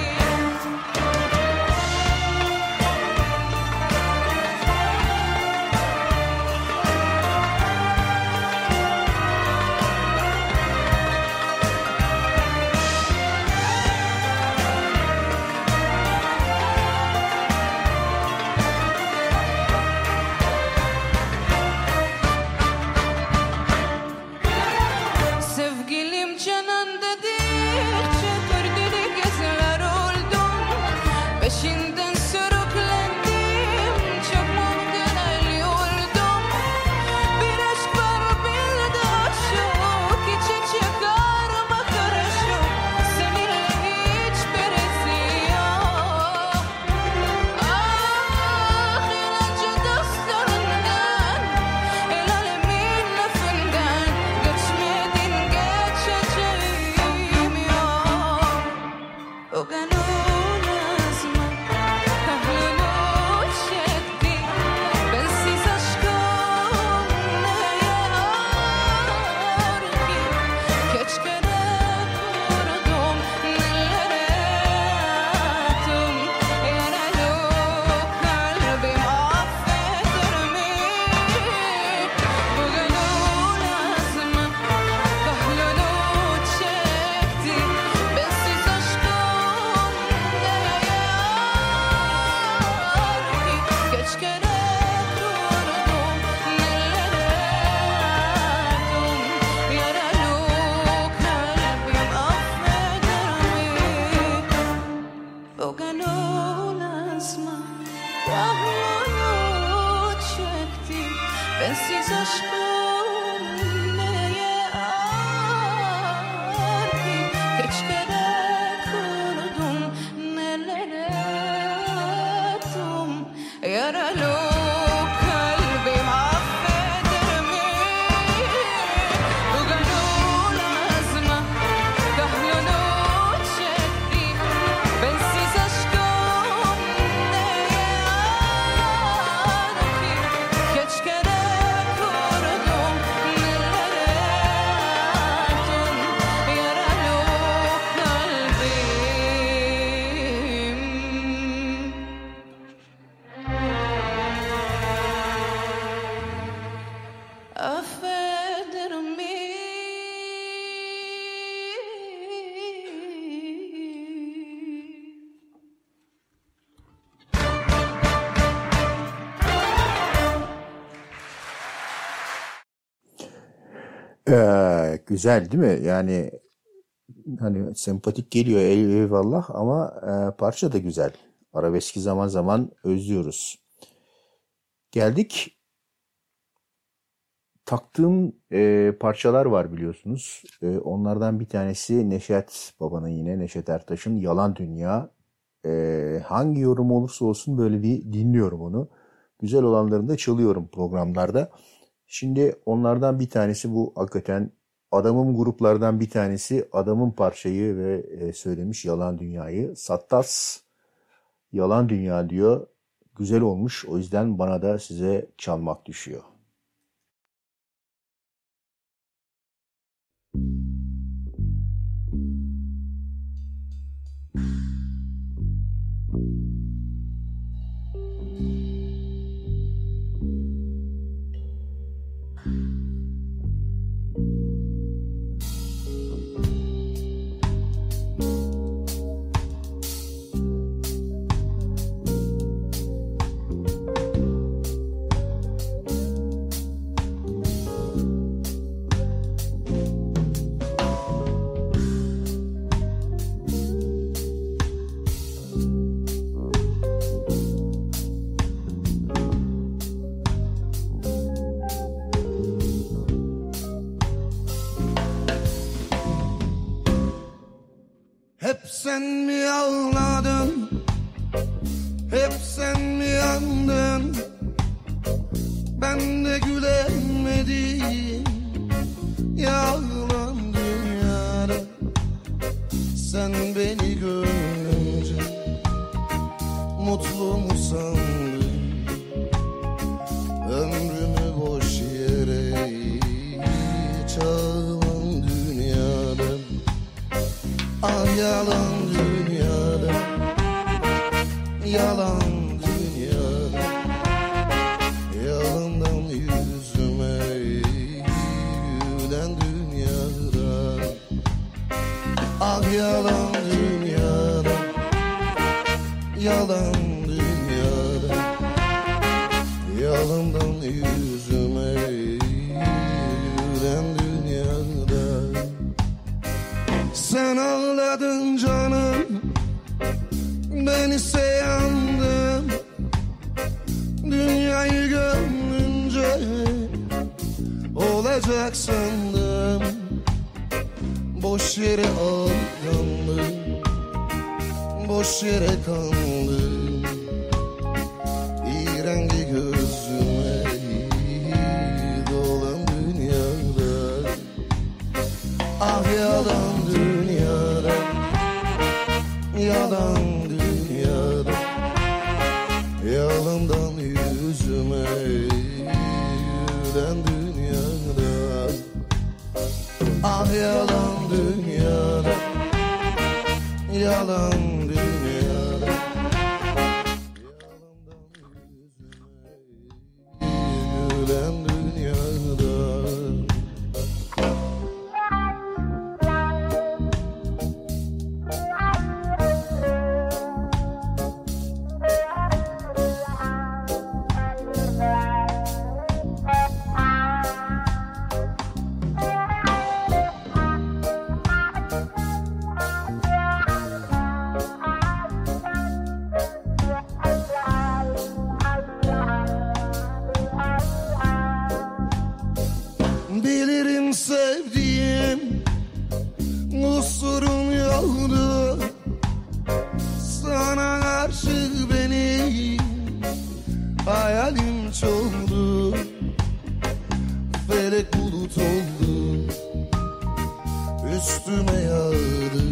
Sevgilim canan dedikçe kırdili geziler oldum. Peşinden sürüklendim, çok muhtemel oldum. Bir aşk var bir de çok, içe çıkarma karışık. Seninle hiçbirisi yok. Ah eğlence dostlarından el alemin lafından geçmedin geçeceğim ya. Güzel değil mi? Yani hani sempatik geliyor eyvallah ama parça da güzel. Arabeski zaman zaman özlüyoruz. Geldik. Taktığım parçalar var biliyorsunuz. Onlardan bir tanesi Neşet Baba'nın, yine Neşet Ertaş'ın Yalan Dünya. Hangi yorum olursa olsun böyle bir dinliyorum onu. Güzel olanlarını da çalıyorum programlarda. Şimdi onlardan bir tanesi bu, hakikaten adamın gruplardan bir tanesi adamın parçayı ve söylemiş Yalan Dünya'yı. Sattas Yalan Dünya diyor. Güzel olmuş, o yüzden bana da size çalmak düşüyor. Hep sen mi ağladın? Hep sen mi yandın? Ben de gülemedim yalan dünyada. Sen beni görünce mutlu mu sandın? Ömrümü boş yere çalan dünyada. Ah yalan dünyada, yalan dünyada, yalandan yüzüme gülen dünyada. Ah yalan dünyada, yalan dünyada, yalandan yüzüme gülen dünyada. Sen ağladın canım, ben ise yandım. Dünyayı gömünce olacak sandım. Boş yere ağlandım, boş yere kandım. İğrengi gözüme dolan dünyada. Ah yalan dünyada, yalan dünyada, yalandan yüzüme gülen dünyada. Ah yalan dünyada, yalan dünyada, yalandan yüzüme gülen dünyada. Bilirim sevdiğim kusurum yoktu. Sana karşı benim hayalim çoktu. Felek bulut oldu, üstüme yağdı.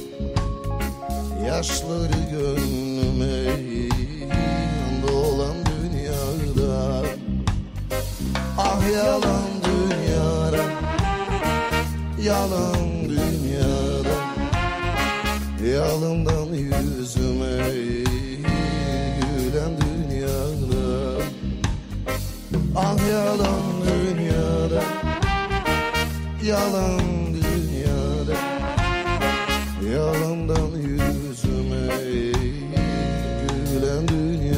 Yaşları gönlüme dolan dünyada. Ah yalan dünyada, yalan dünyada, yalandan yüzüme gülen dünyada. Ah yalan dünyada, yalan dünyada, yalandan yüzüme gülen dünyada.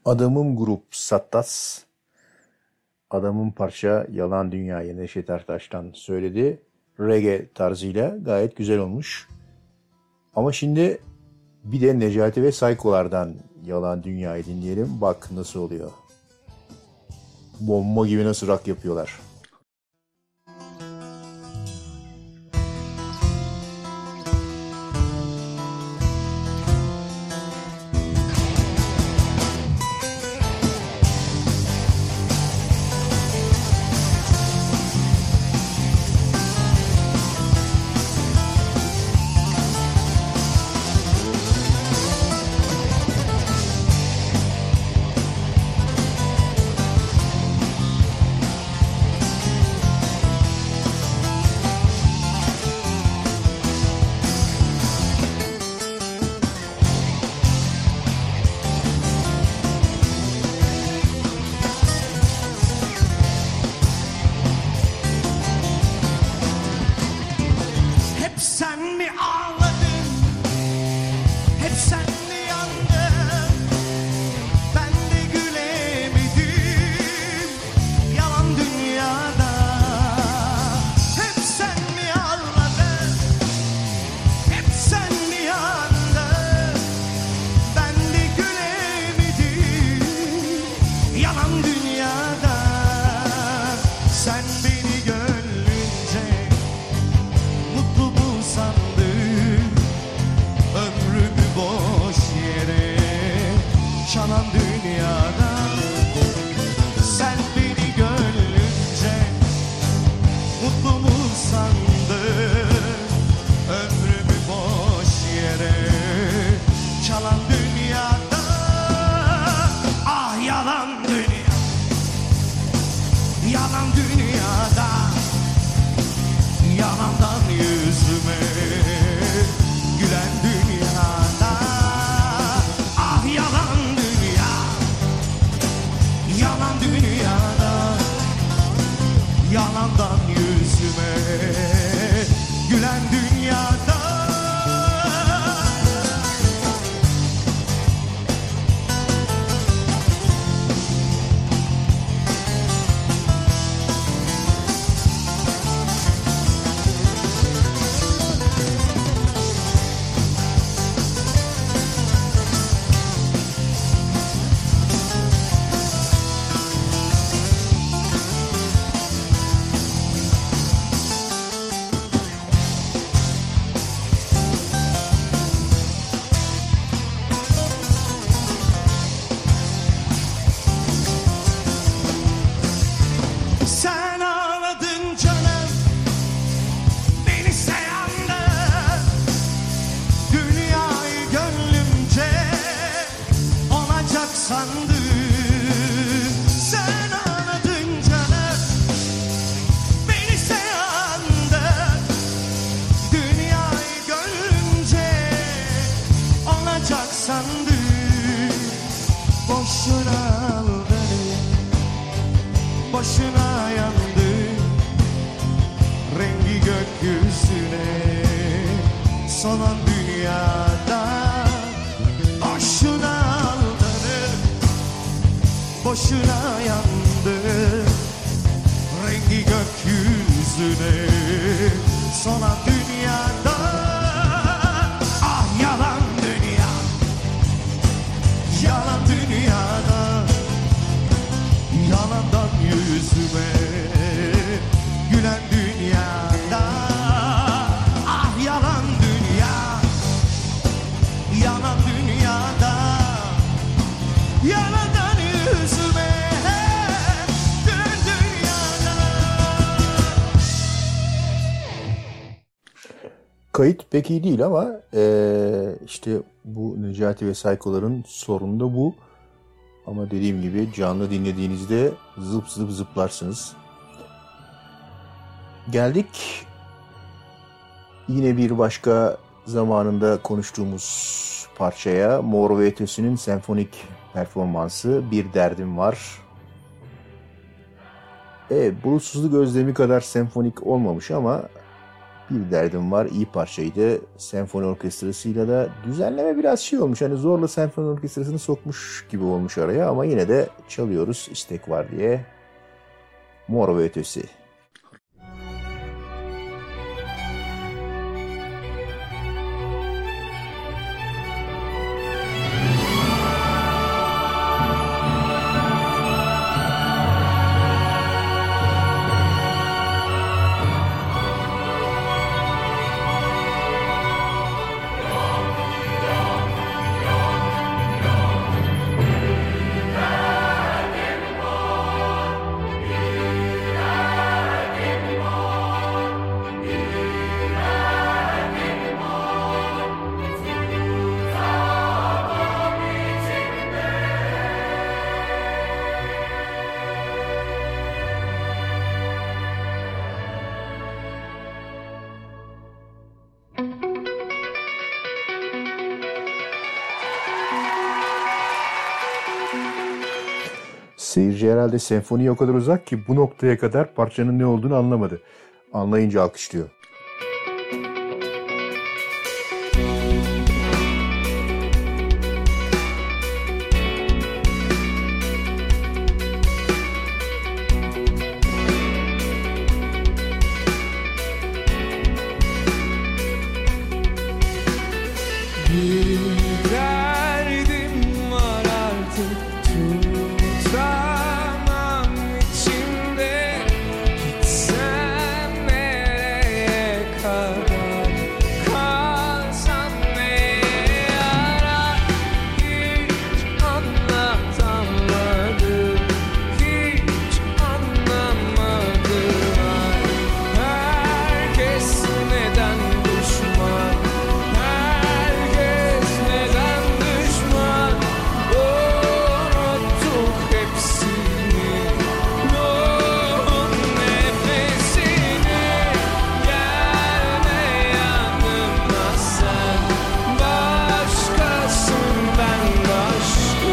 Adamım grup Sattas. Adamın parça Yalan Dünya'yı Neşet Ertaş'tan söyledi. Reggae tarzıyla gayet güzel olmuş. Ama şimdi bir de Necati ve Saykolar'dan Yalan Dünya'yı dinleyelim. Bak nasıl oluyor. Bomba gibi nasıl rock yapıyorlar. Kayıt pek iyi değil ama işte bu Necati ve Saykolar'ın sorunu da bu. Ama dediğim gibi canlı dinlediğinizde zıp zıp zıplarsınız. Geldik yine bir başka zamanında konuştuğumuz parçaya. Mor ve Ötesi'nin senfonik performansı Bir Derdim Var. Bulutsuzluk Özlemi kadar senfonik olmamış ama Bir Derdim Var iyi parçaydı. Senfoni orkestrasıyla da düzenleme biraz şey olmuş. Hani zorla senfoni orkestrasını sokmuş gibi olmuş araya ama yine de çalıyoruz istek var diye. Mor ve Ötesi. Seyirci herhalde senfoniye o kadar uzak ki bu noktaya kadar parçanın ne olduğunu anlamadı. Anlayınca alkışlıyor. Bir derdim var artık tutamam içimde. Gitsem nereye kadar, kalsam neye yarar? Hiç anlatamadım, hiç anlamadım. Herkes neden düşman? Herkes neden düşman? Unuttuk hepsini, ruhun nefesini. Gelme yanıma sen, başkasın ben başka.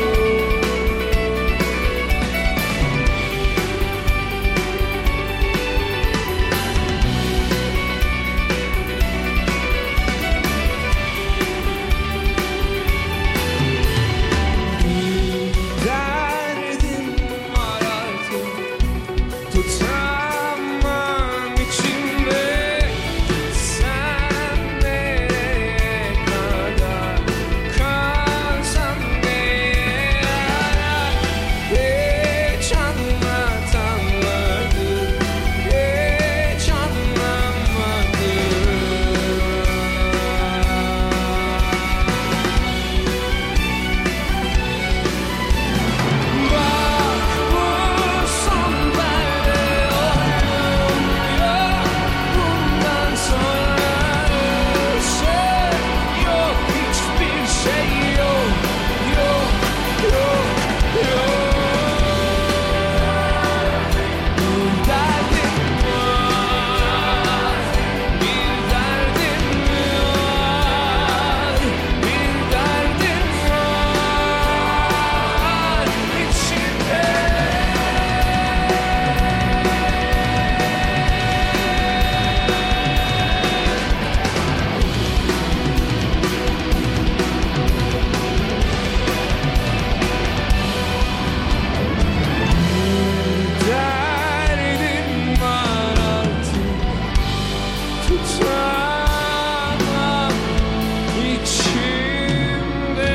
Derdim var artık tutamam içimde. Gitsem nereye kadar, kalsam neye yarar? Hiç anlatamadım, hiç anlamadım. Bak bu son perde oyun yok. Bundan sonra şey yok, hiçbir şey yok. Yok, yok, yok. Bir derdim var, bir derdim var, bir derdim var içimde. Derdim var artık tutamam içimde.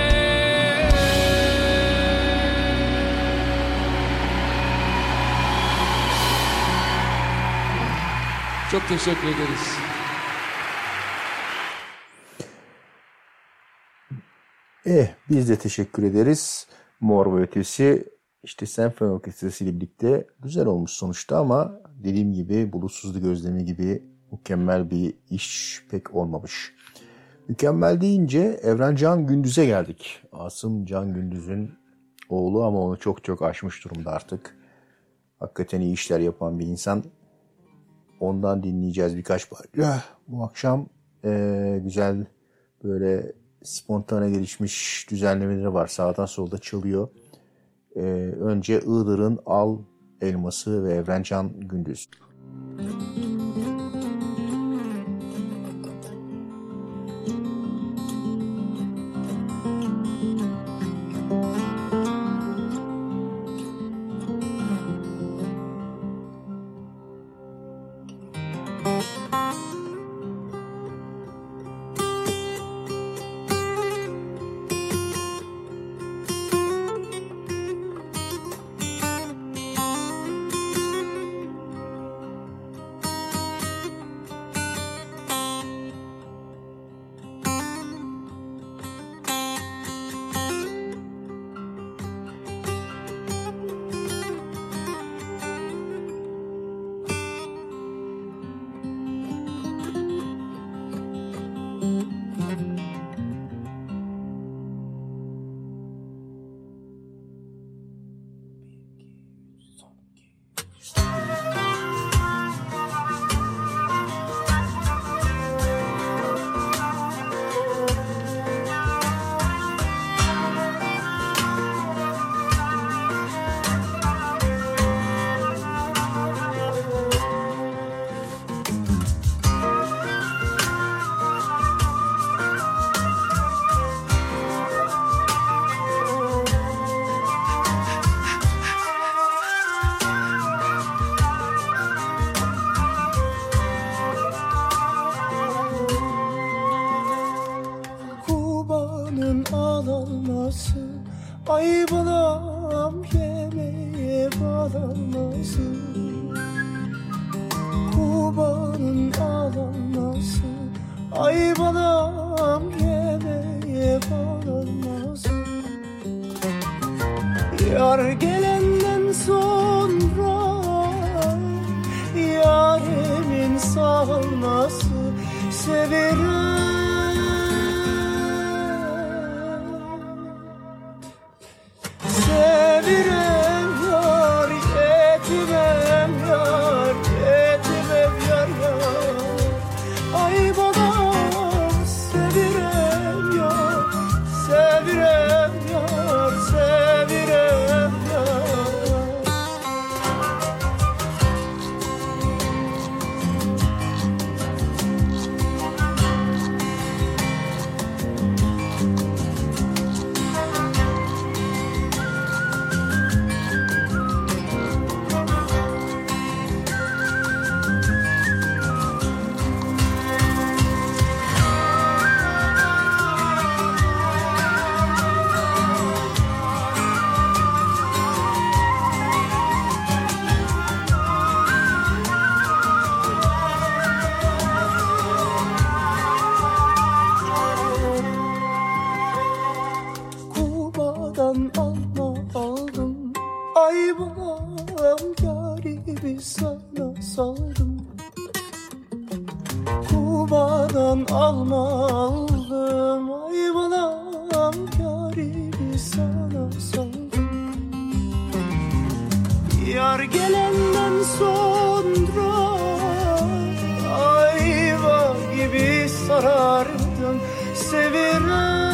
Çok teşekkür ederiz. Biz de teşekkür ederiz. Mor ve Ötesi işte senfoni orkestrası ile birlikte güzel olmuş sonuçta ama dediğim gibi Bulutsuzlu Gözlemi gibi mükemmel bir iş pek olmamış. Mükemmel deyince Evren Can Gündüz'e geldik. Asım Can Gündüz'ün oğlu ama onu çok çok aşmış durumda artık. Hakikaten iyi işler yapan bir insan. Ondan dinleyeceğiz birkaç parça. Bu akşam güzel böyle spontane gelişmiş düzenlemeleri var. Sağdan solda çalıyor. Önce Iğdır'ın Al Elması ve Evren Can Gündüz. bağlanması, ay balam yemeğe bağlanması, Kuba'nın ağlanması, ay balam yemeğe bağlanması. Yar gelenden sonra yarimin sağlaması, severim. Sevirem yar, etmem yar, etmem yar yar. Ay balam sevirem yar, sevirem yar, sevirem yar. Kuba'dan alma aldım, ay balam yarimi sana saldım. Yar gelenden sonra ayva gibi sarardım, severim.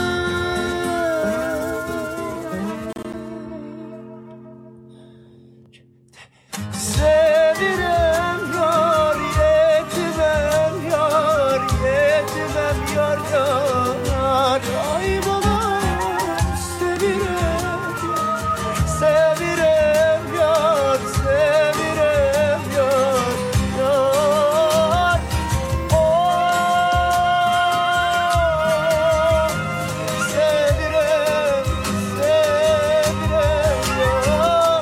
Sevirem yar, yetmem yar, yetmem yar yar. Ay balam sevirem yar, sevirem yar, sevirem yar yar. Oh, sevirem, sevirem yar.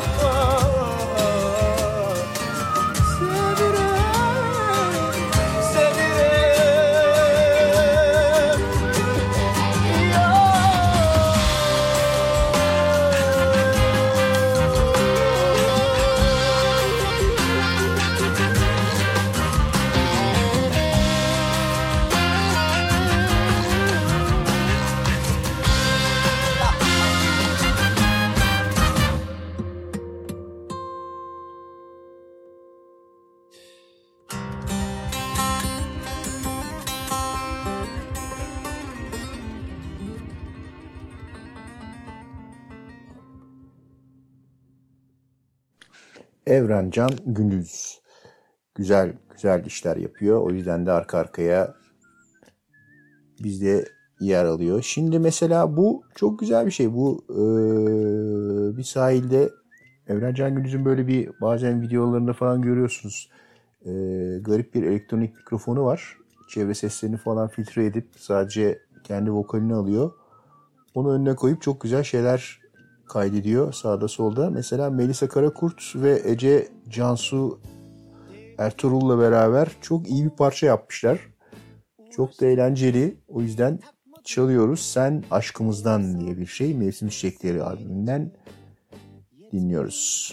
Evrencan Gündüz güzel işler yapıyor. O yüzden de arka arkaya bizde yer alıyor. Şimdi mesela bu çok güzel bir şey. Bu bir sahilde Evrencan Gündüz'ün böyle bir bazen videolarında falan görüyorsunuz. Garip bir elektronik mikrofonu var. Çevre seslerini falan filtre edip sadece kendi vokalini alıyor. Onu önüne koyup çok güzel şeyler kaydediyor sağda solda. Mesela Melisa Karakurt ve Ece Cansu Ertuğrul'la beraber çok iyi bir parça yapmışlar. Çok da eğlenceli. O yüzden çalıyoruz. Sen Aşkımızdan diye bir şey. Mevsim Çiçekleri albümünden dinliyoruz.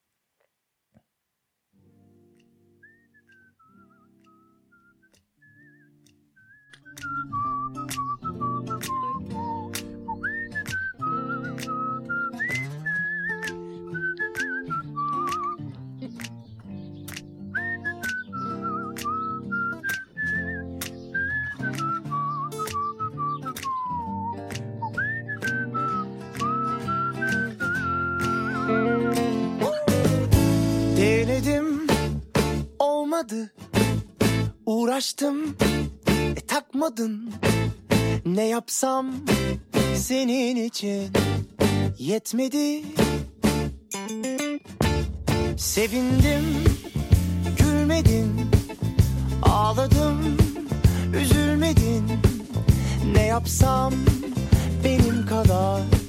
Denedim, olmadı. Uğraştım, takmadın. Ne yapsam senin için yetmedi. Sevindim, gülmedin. Ağladım, üzülmedin. Ne yapsam benim kadar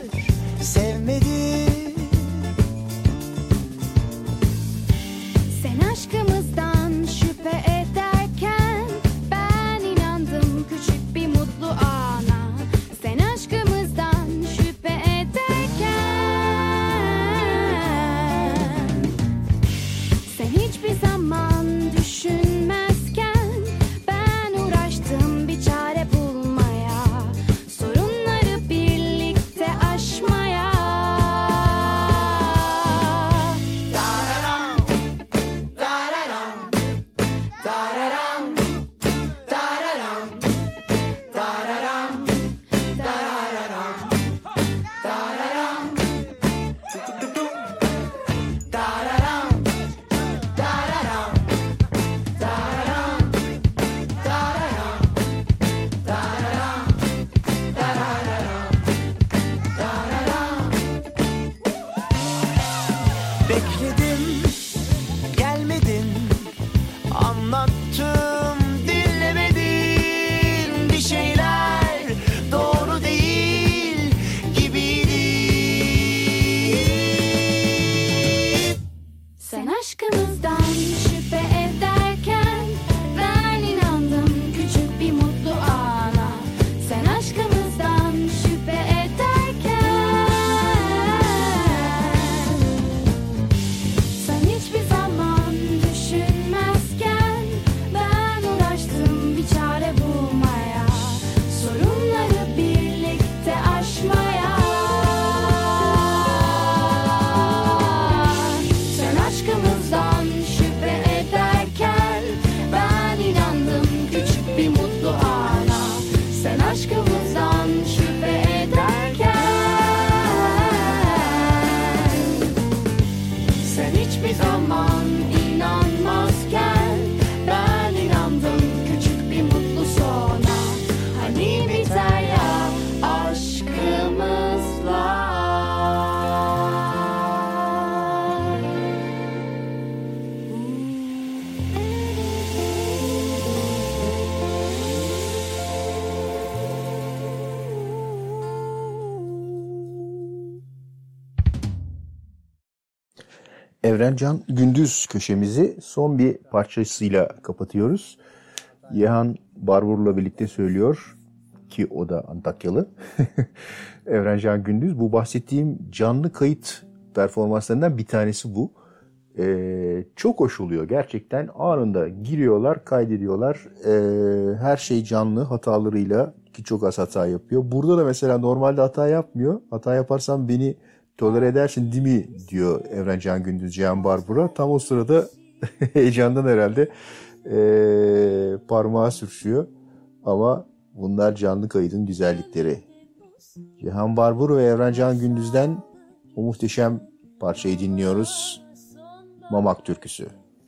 Evrencan Gündüz köşemizi son bir parçasıyla kapatıyoruz. Yehan Barbur'la birlikte söylüyor ki o da Antakyalı. Evrencan Gündüz. Bu bahsettiğim canlı kayıt performanslarından bir tanesi bu. Çok hoş oluyor gerçekten. Anında giriyorlar, kaydediyorlar. Her şey canlı hatalarıyla, ki çok az hata yapıyor. Burada da mesela normalde hata yapmıyor. Hata yaparsam beni tolere edersin değil mi diyor Evrencan Gündüz Cihan Barbur'a. Tam o sırada heyecandan herhalde parmağı sürüşüyor. Ama bunlar canlı kaydın güzellikleri. Cihan Barbur ve Evrencan Gündüz'den o muhteşem parçayı dinliyoruz. Mamak türküsü.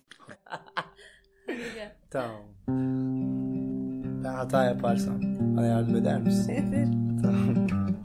Tamam. Ben hata yaparsam bana yardım eder misin? Evet. Tamam.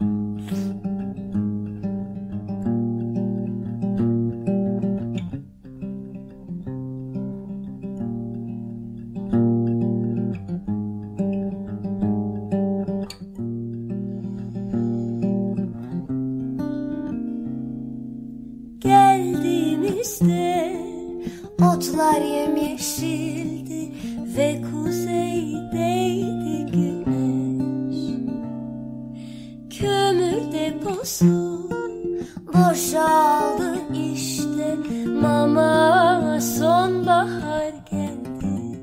Geldiğimizde otlar yemyeşildi ve kuzeydeydi güneş. Kömür deposu boşaldı işte, mama sonbahar geldi.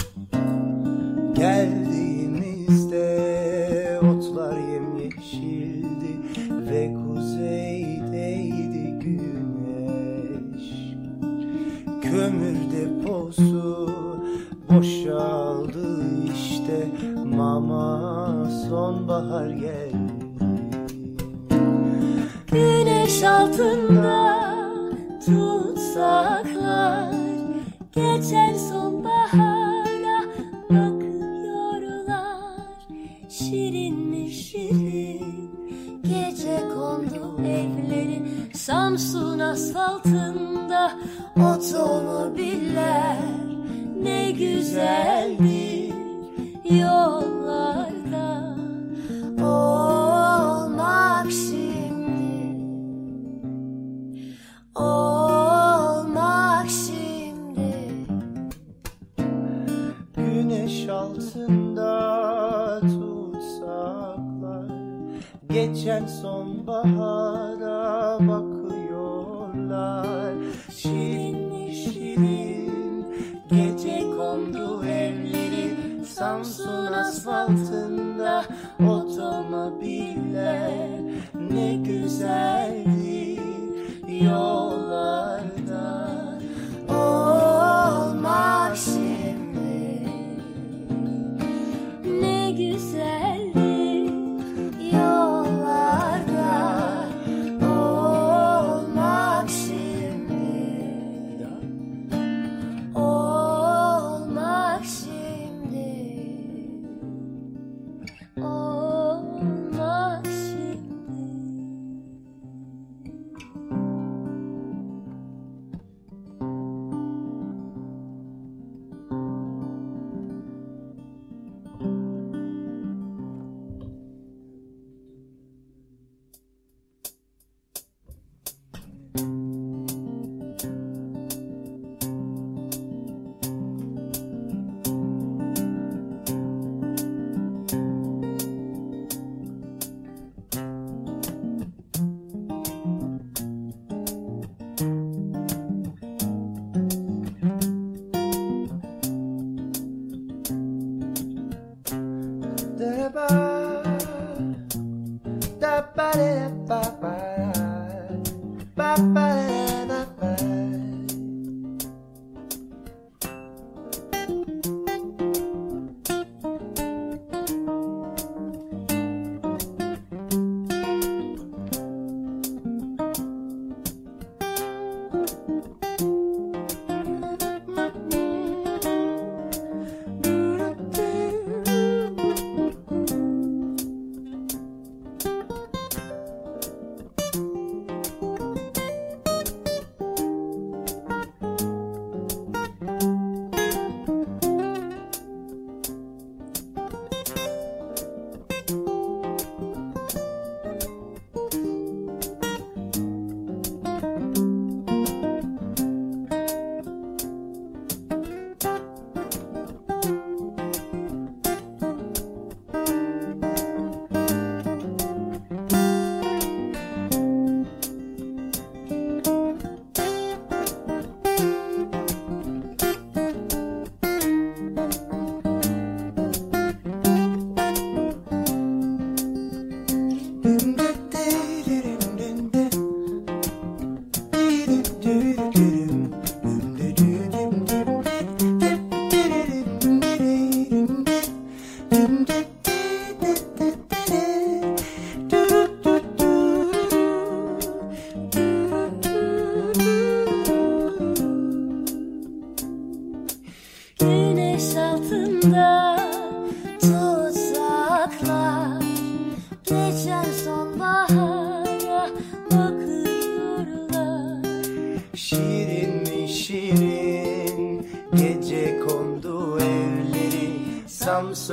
Geldiğimizde otlar yemyeşildi ve kuzeydeydi güneş. Kömür deposu boşaldı işte, mama sonbahar geldi. Güneş altında tutsaklar geçen sonbahara bakıyorlar. Şirin mi şirin gece kondu evlerin, Samsun asfaltında otomobiller ne güzeldir yollarda. Olmak şimdi, olmak şimdi. Güneş altında tutsaklar geçen sonbahara bakıyorlar. Şirin mi şirin gece kondu evleri, Samsun asfaltında otomobiller ne güzeldir yollarda. Olmak şimdi, Ne güzeldir yollarda. Olmak şimdi, olmak şimdi, olmak şimdi.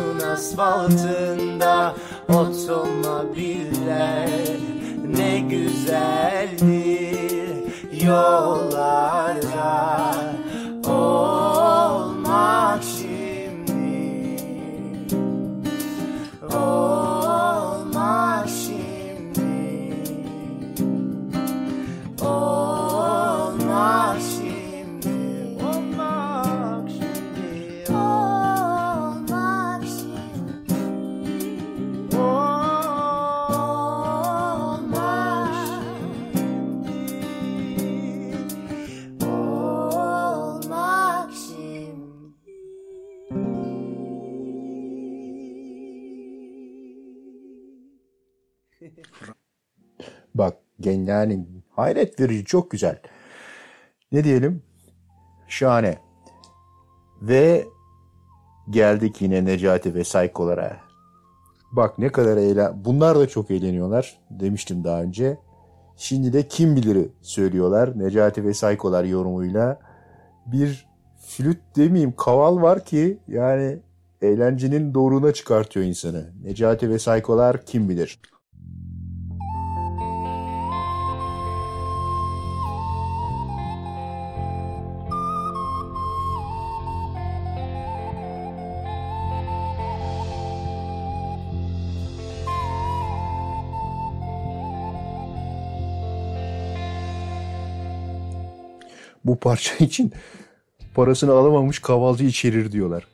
İstanbul'un asfaltında otomobiller ne güzeldir yollarda olmak şimdi, olmak şimdi, olmak şimdi, olmak şimdi, olmak şimdi, olmak şimdi. Bak yani hayret verici, çok güzel. Ne diyelim? Şahane. Ve geldik yine Necati ve Saykolara. Bak ne kadar bunlar da çok eğleniyorlar demiştim daha önce. Şimdi de Kim Bilir'i söylüyorlar Necati ve Saykolar yorumuyla. Bir flüt demeyeyim, kaval var ki yani eğlencenin doğruna çıkartıyor insanı. Necati ve Saykolar Kim Bilir. Bu parça için parasını alamamış kavalcı içerir diyorlar.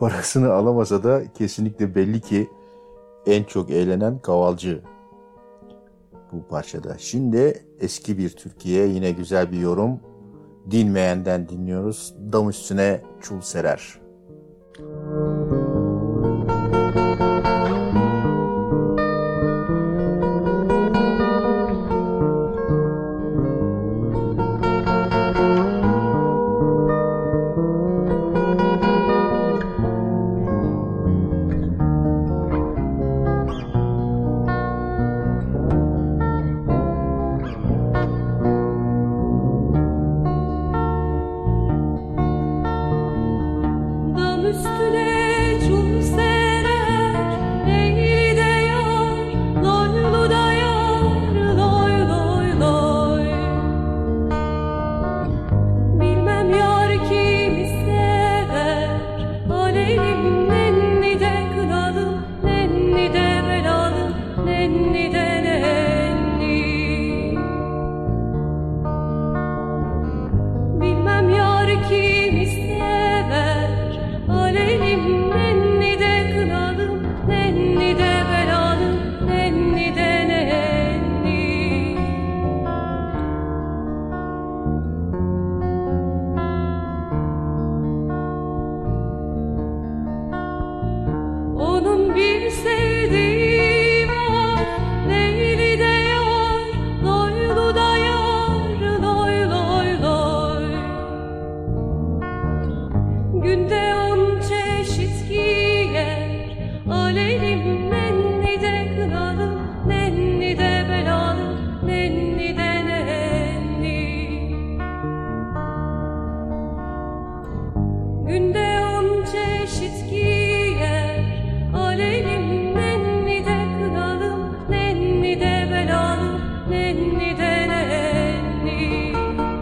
parasını alamasa da kesinlikle belli ki en çok eğlenen kavalcı bu parçada. Şimdi eski bir Türkiye, yine güzel bir yorum. Dinmeyenden dinliyoruz. Dam üstüne çul serer. Dam üstüne çul serer, eğri de yar, loylu da yar, loy loy loy. Bilmem yar kimi sever, aleyhim nenni de kınalı, nenni de belalı, nenni de nenni. Bilmem yar kimi sever, aleyhim nenni de kınalı, nenni de belalı, nenni de nenni. Onun bir sevdiği var, Leyli de yar, loylu da yar, loy loy loy. Günde 10 çeşit giyer, aleyhim nenni de kınalı, nenni de belalı, nenni de nenni. Günde 10 çeşit giyer, aleyhim nenni de kınalı, nenni de belalı, nenni de nenni.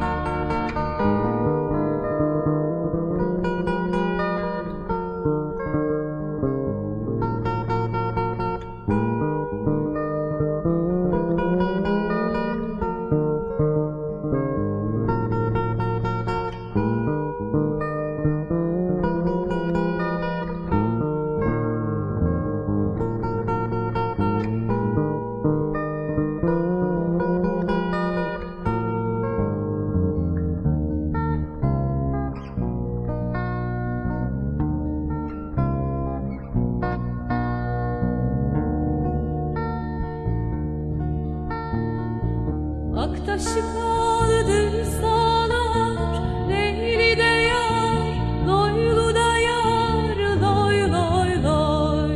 Aktaşı kaldı salar, Leyli de yar, loylu da yar, loy loy loy.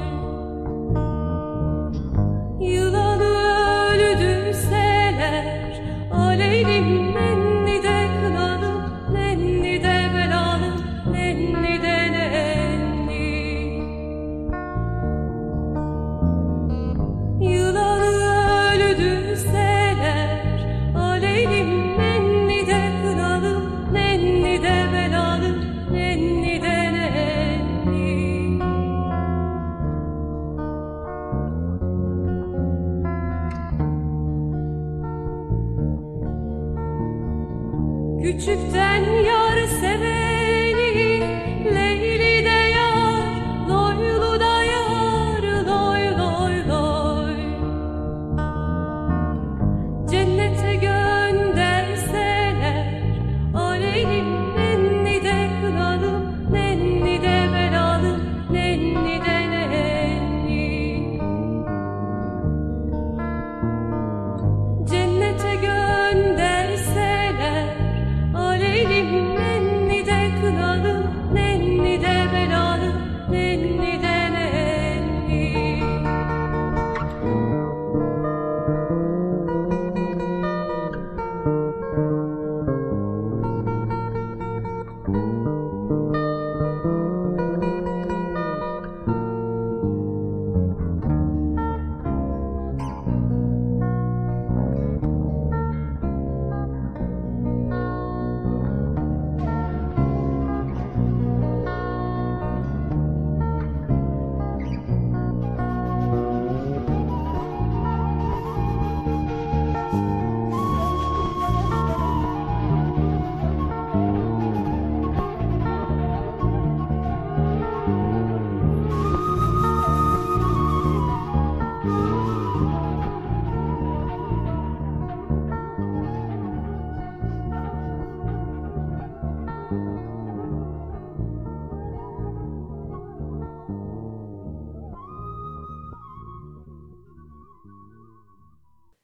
Yılanı öldürseler, aleyhim nenni de kınalı, nenni de belalı, nenni de nenni. Yılanı öldürseler, aleyhim nenni de kınalı, nenni de belalı, nenni de nenni. Küçükten yar seveni, Leyli de yar, loylu da yar, loy loy loy. Cennete gönderseler, aleyhim nenni de kınalı, nenni de belalı, nenni de nenni. Cennete gönderseler, aleyhim nenni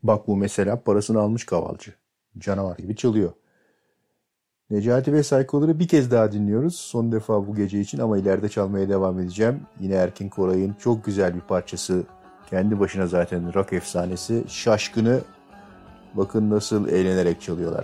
Bak bu mesela parasını almış kavalcı. Canavar gibi çalıyor. Necati ve Saykoları bir kez daha dinliyoruz. Son defa bu gece için ama ileride çalmaya devam edeceğim. Yine Erkin Koray'ın çok güzel bir parçası. Kendi başına zaten rock efsanesi. Şaşkın'ı bakın nasıl eğlenerek çalıyorlar.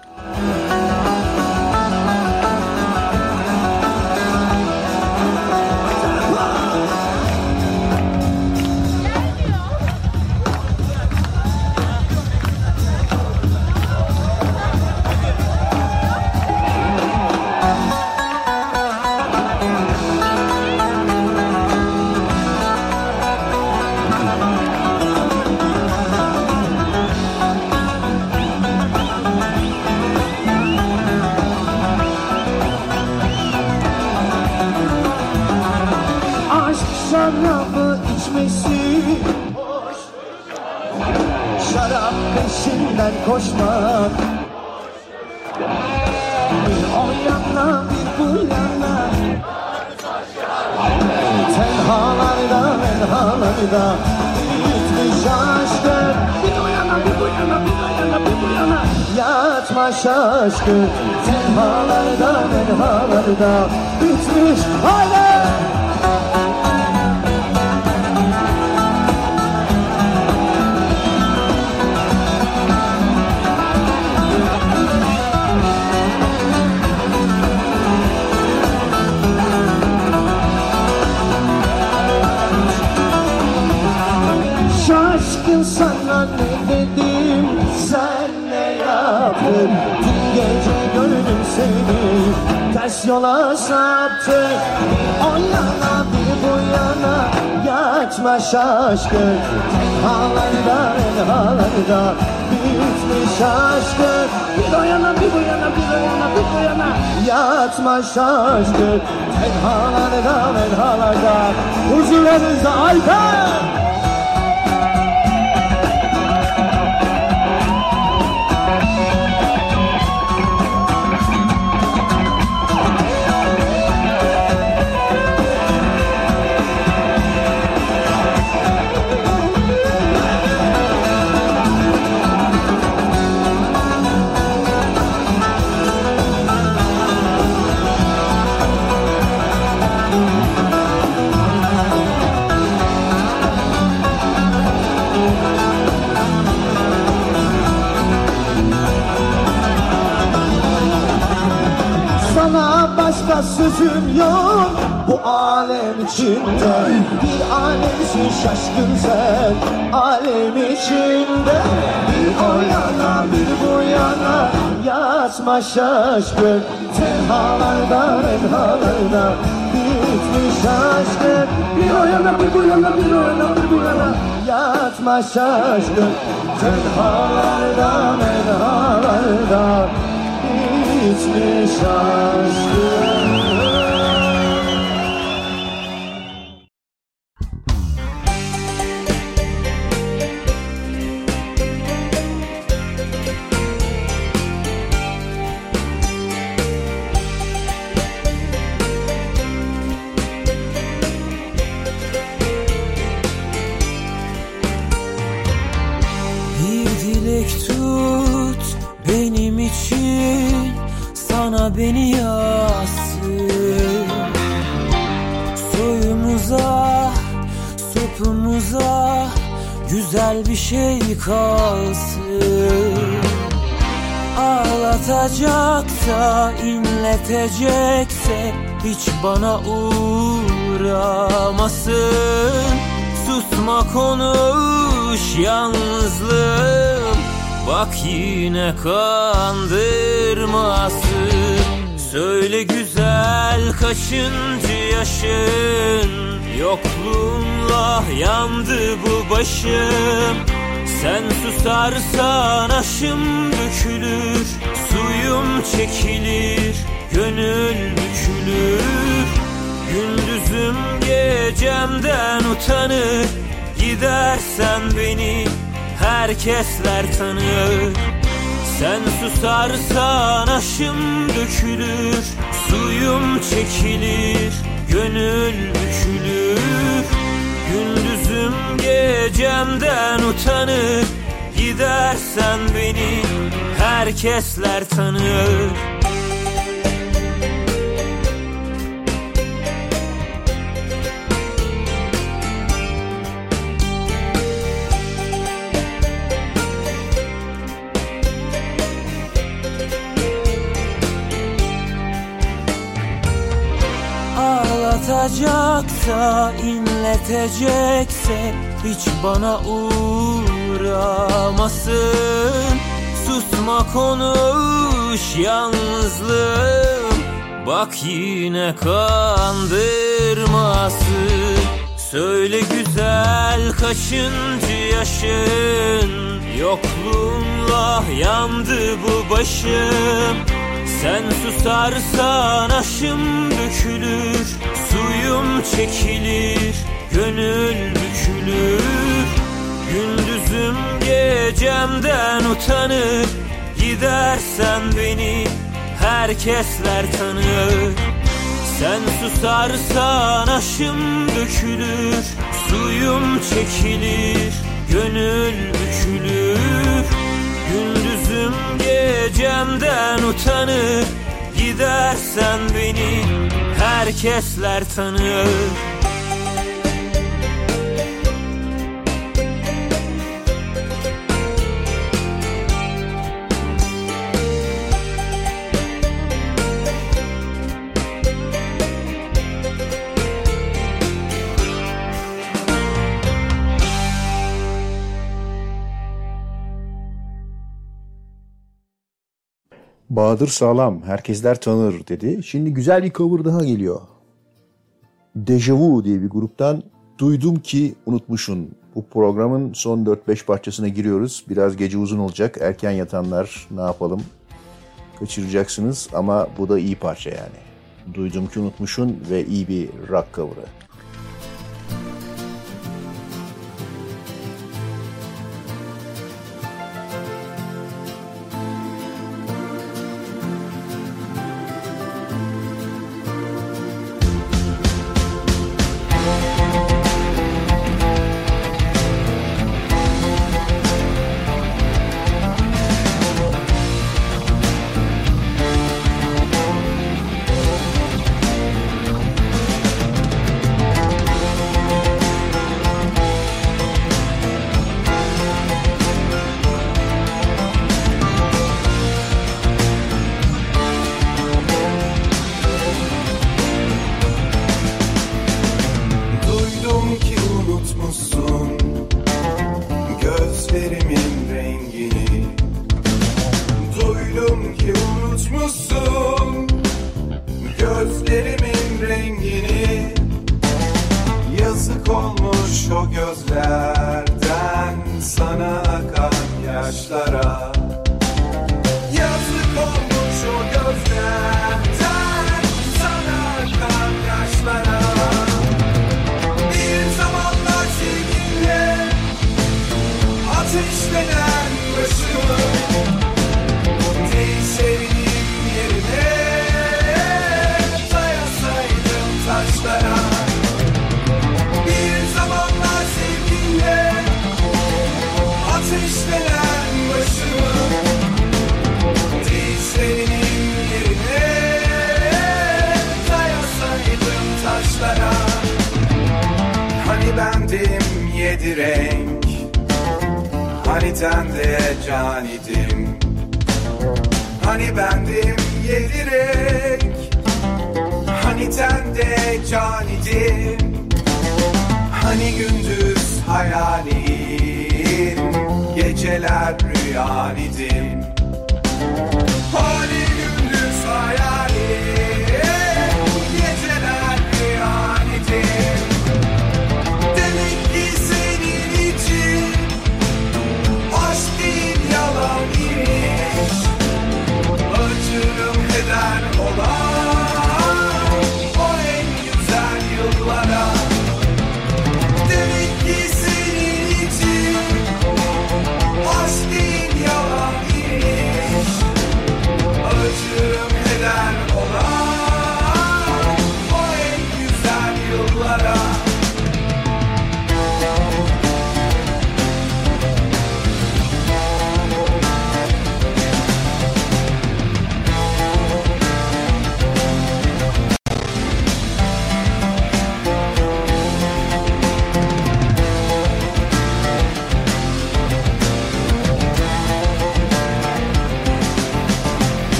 Şarabı içmesi hoş, şarap peşinden koşmak, bir o yana bir bu yana, tenhalarda menhalarda bitmiş aşkın, bir o yana bir bu yana bir o yana bir bu yana, yatma şaşkın, tenhalarda menhalarda bitmiş haydi. Şaşkın sana ne dedim, sen ne yaptın? Dün gece gördüm seni, ters yola saptın. Bir o yana bir bu yana, yatma şaşkın. Tenhalarda menhalarda bitmiş aşkın. Bir o yana bir bu yana bir o yana bir bu yana, yatma şaşkın. Tenhalarda menhalarda huzurlarınızda Alper. Başka sözüm yok bu alem içinde. Bir alemsin şaşkın sen alem içinde. Bir o yana bir bu yana, yatma şaşkın. Tenhalarda menhalarda bitmiş aşkın. Bir o yana bir bu yana bir o yana bir bu yana, yatma şaşkın. Tenhalarda menhalarda bitmiş aşkın. Bir dilek tut benim için, sana beni yazsın. Soyumuza, sopumuza güzel bir şey kalsın. Ağlatacaksa, inletecekse hiç bana uğramasın. Susma konuş yalnızlığım, bak yine kandırmasın. Söyle güzel kaçıncı yaşın, yokluğunla yandı bu başım. Sen susarsan aşım dökülür, suyum çekilir, gönül bükülür. Gündüzüm gecemden utanır, gidersen beni herkesler tanır. Sen susarsan aşım dökülür, suyum çekilir, gönül bükülür. Gündüzüm gecemden utanır, gidersen beni herkesler tanır. Ağlatacaksa, inletecekse hiç bana uğramasın. Susma, konuş yalnızlığım, bak yine kandırmasın. Söyle güzel kaçıncı yaşın, yokluğunla yandı bu başım. Sen susarsan aşım dökülür, suyum çekilir, gönül bükülür. Gündüzüm gecemden utanır, gidersen beni herkesler tanır. Sen susarsan aşım dökülür, suyum çekilir, gönül bükülür. Gündüzüm gecemden utanır, gidersen beni herkesler tanır. Bahadır Sağlam, herkesler tanır dedi. Şimdi güzel bir cover daha geliyor. Deja Vu diye bir gruptan Duydum Ki Unutmuşsun. Bu programın son 4-5 parçasına giriyoruz. Biraz gece uzun olacak. Erken yatanlar ne yapalım? Kaçıracaksınız ama bu da iyi parça yani. Duydum Ki Unutmuşsun ve iyi bir rock cover'ı.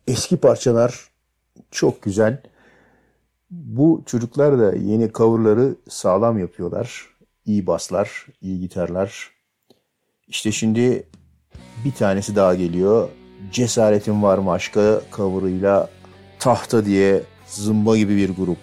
Eski parçalar çok güzel. Bu çocuklar da yeni coverları sağlam yapıyorlar. İyi baslar, iyi gitarlar. İşte şimdi bir tanesi daha geliyor. Cesaretin Var mı Aşka coverıyla Tahta diye zımba gibi bir grup.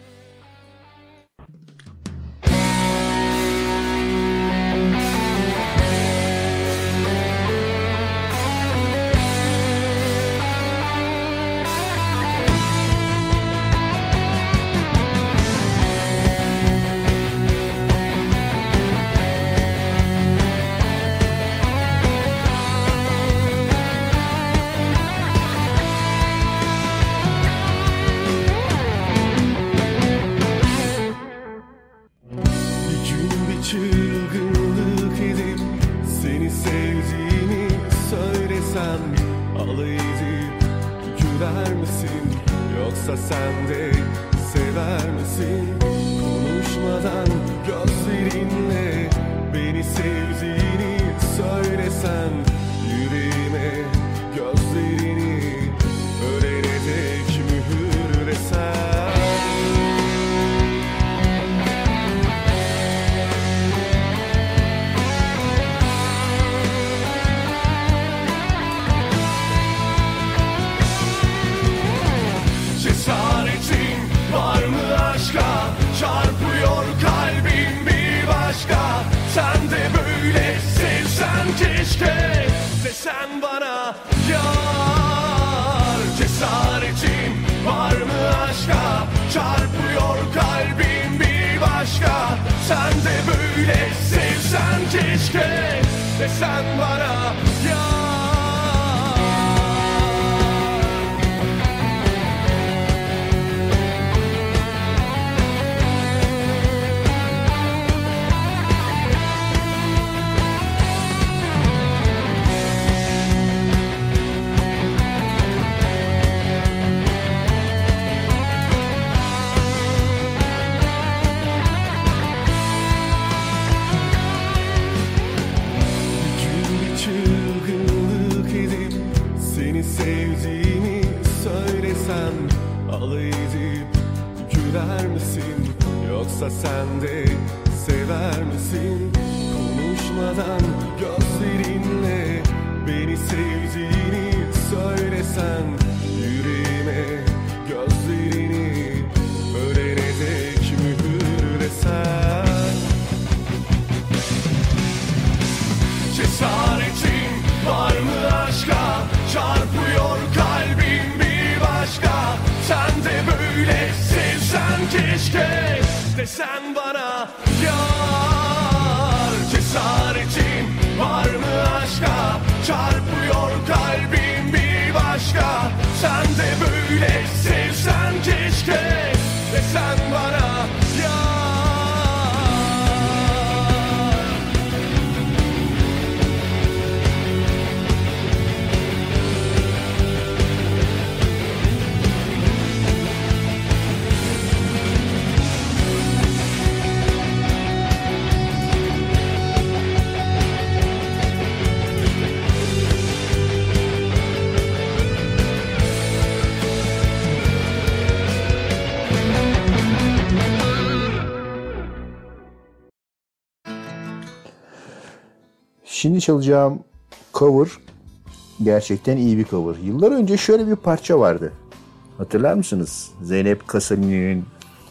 Şimdi çalacağım cover gerçekten iyi bir cover. Yıllar önce şöyle bir parça vardı. Hatırlar mısınız? Zeynep Kasali'nin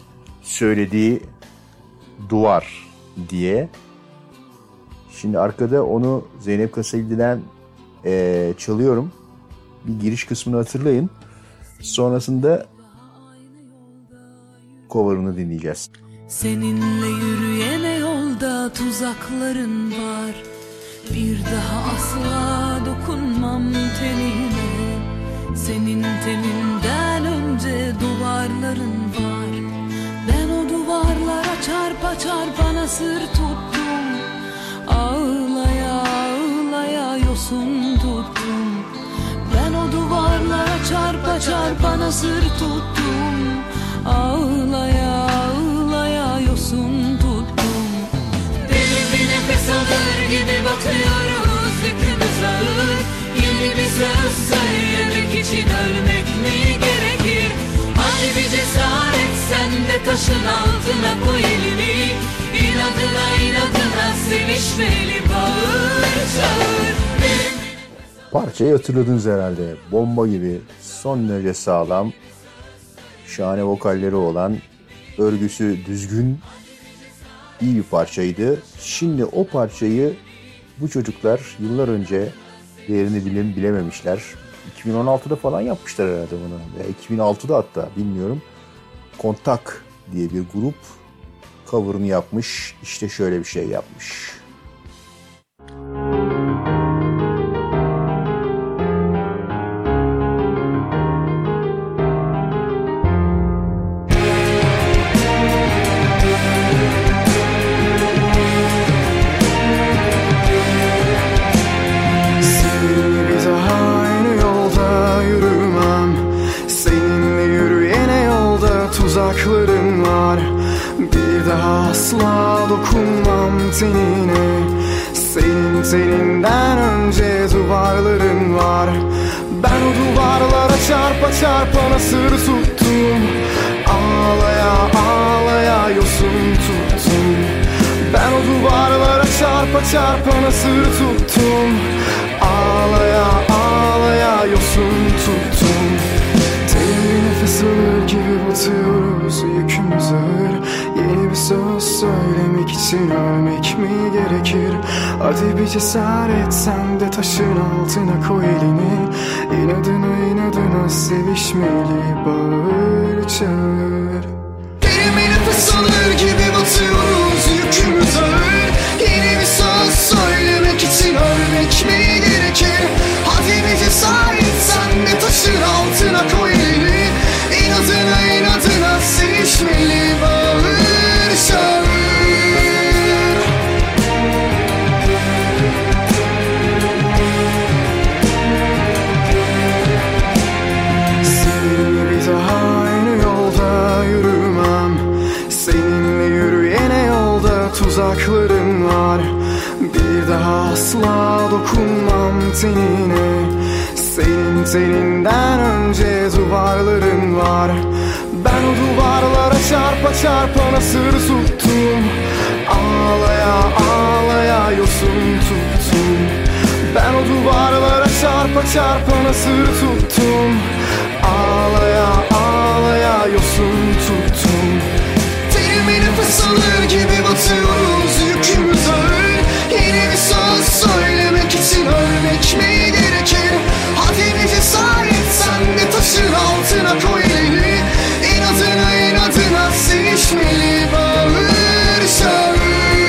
söylediği Duvar diye. Şimdi arkada onu Zeynep Kasali'den çalıyorum. Bir giriş kısmını hatırlayın. Sonrasında cover'ını dinleyeceğiz. Seninle yürüyene yolda tuzakların var. Bir daha asla dokunmam tenine. Senin teninden önce duvarların var. Ben o duvarlara çarpa çarpa nasır tuttum. Ağlaya ağlaya yosun tuttum. Ben o duvarlara çarpa çarpa nasır tuttum. Ağlaya ağlaya yosun tuttum. Derin bir nefes alır gibi batıyoruz, yükümüz ağır. Yeni bir söz söylemek için ölmek taşın altına koy elini. İnadına inadına sevişmeli, bağır çağır. Parçayı hatırladınız herhalde. Bomba gibi, son derece sağlam, şahane vokalleri olan, örgüsü düzgün, iyi bir parçaydı. Şimdi o parçayı bu çocuklar yıllar önce değerini bilememişler. 2016'da falan yapmışlar herhalde bunu. Veya 2006'da hatta, bilmiyorum. Kontak diye bir grup cover'ını yapmış. İşte şöyle bir şey yapmış. Tuzaklarım var, bir daha asla dokunmam tenine. Senin teninden önce duvarların var. Ben o duvarlara çarpa çarpa nasır tuttum. Ağlaya ağlaya yosun tuttum. Ben o duvarlara çarpa çarpa nasır tuttum. Ağlaya ağlaya yosun tuttum. Nefes alır gibi batıyoruz, yükümüz ağır. Yeni bir söz söylemek için ölmek mi gerekir? Hadi bir cesaret, sen de taşın altına koy elini. İnadına inadına sevişmeli, bağır çağır. Derin bir nefes alır gibi batıyoruz, yükümüz ağır. Yeni bir söz söylemek için ölmek mi gerekir? Hadi bir cesaret, sen de taşın altına koy elini. İnadına inadına sevişmeli, bağır çağır. Seninle bir daha aynı yolda yürümem. Seninle yürüyene yolda tuzaklarım var. Bir daha asla dokunmam tenine. Senin teninden önce duvarların var. Ben o duvarlara çarpa çarpa nasır tuttum. Ağlaya ağlaya yosun tuttum. Ben o duvarlara çarpa çarpa nasır tuttum. Ağlaya ağlaya yosun tuttum. Derin bir nefes alır gibi batıyoruz, yükümüz ağır. Yeni bir söz söylemek için ölmek mi gerekir? Hadi bir cesaret, sen de taşın altına koy elini. İnadına inadına sevişmeli, bağır çağır.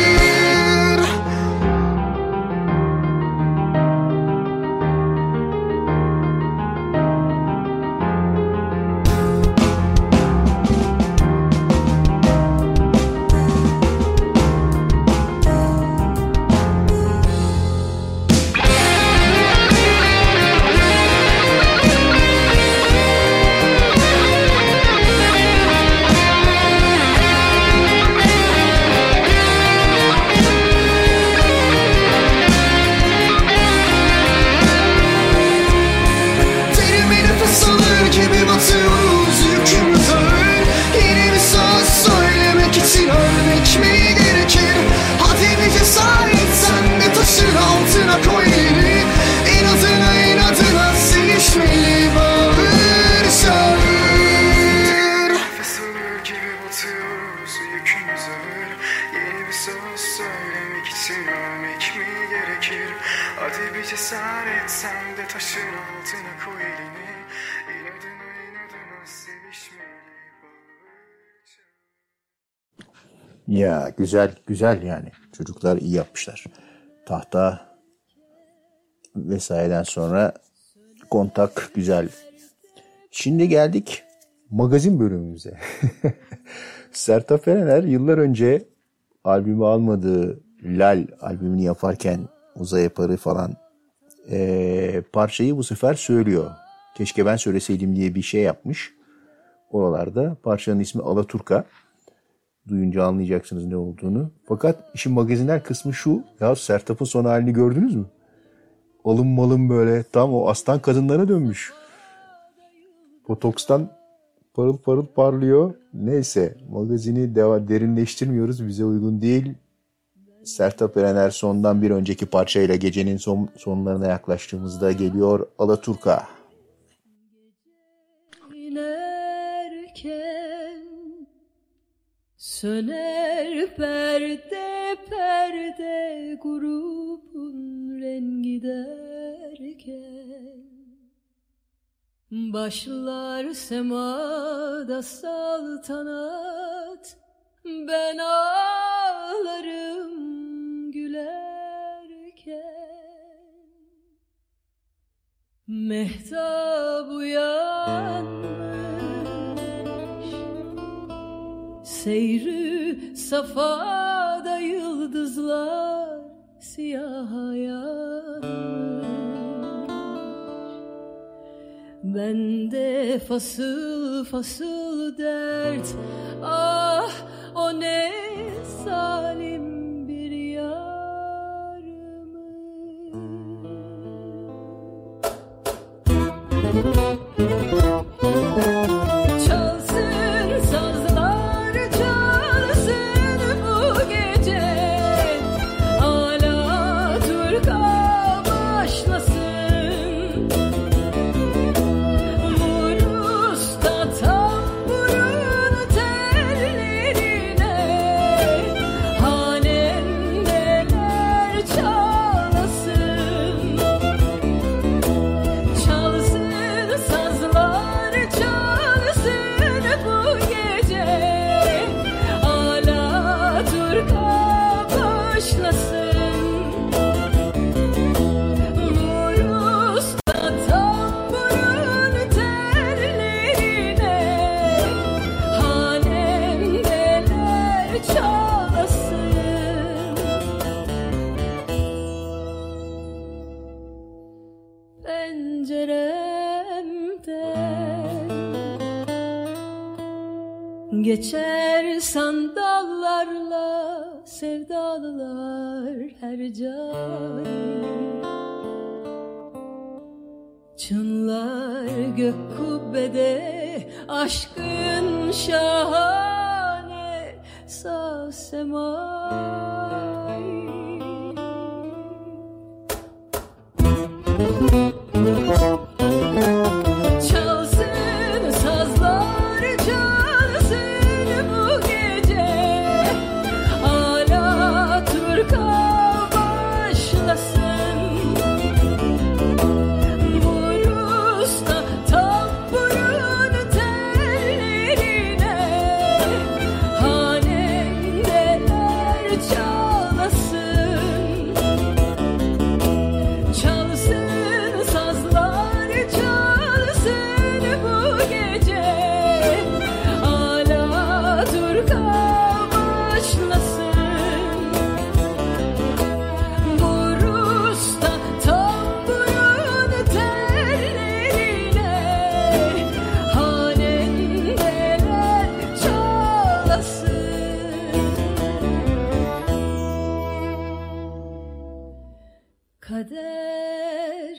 Ya güzel güzel yani. Çocuklar iyi yapmışlar. Tahta vesaireden sonra kontak güzel. Şimdi geldik magazin bölümümüze. Sertab Erener yıllar önce albümü almadığı Lal albümünü yaparken Uzay Yaparı falan parçayı bu sefer söylüyor. Keşke ben söyleseydim diye bir şey yapmış. Oralarda parçanın ismi Alaturka. Duyunca anlayacaksınız ne olduğunu. Fakat işin magazinler kısmı şu. Ya Sertab'ın son halini gördünüz mü? Alın malın böyle tam o aslan kadınlara dönmüş. Botokstan parıl parıl parlıyor. Neyse, magazini derinleştirmiyoruz, bize uygun değil. Sertab Erener Son'dan bir önceki parçayla gecenin sonlarına yaklaştığımızda geliyor Alaturka. İnerken söner perde perde grubun rengi derken başlar semada saltanat, ben ağlarım gülerken. Mehtap uyanmış, seyrü safada yıldızlar siyaha yanmış. Bende fasıl fasıl dert, ah o ne zalim bir yarımı. Çalsın sazlar, çalsın bu gece, Alaturka başlasın. Vur usta tamburun tellerine, hanemdeler çalasın. Çalsın sazlar, çalsın bu gece, Alaturka başlasın. Vur usta tamburun tellerine, hanemdeler çalasın. Penceremden geçer sandallarla sevdalılar her cari. Çınlar gök kubbede aşkın şahane saz semai. Çalsın sazlar, çalsın bu gece, Alaturka başlasın. Vur usta tamburun tellerine, hanemdeler çalasın. Çalsın sazlar, çalsın bu gece, Alaturka başlasın. Vur usta tamburun tellerine, hanemdeler çalasın. Kader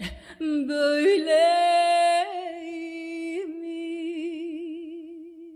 böyleymiş.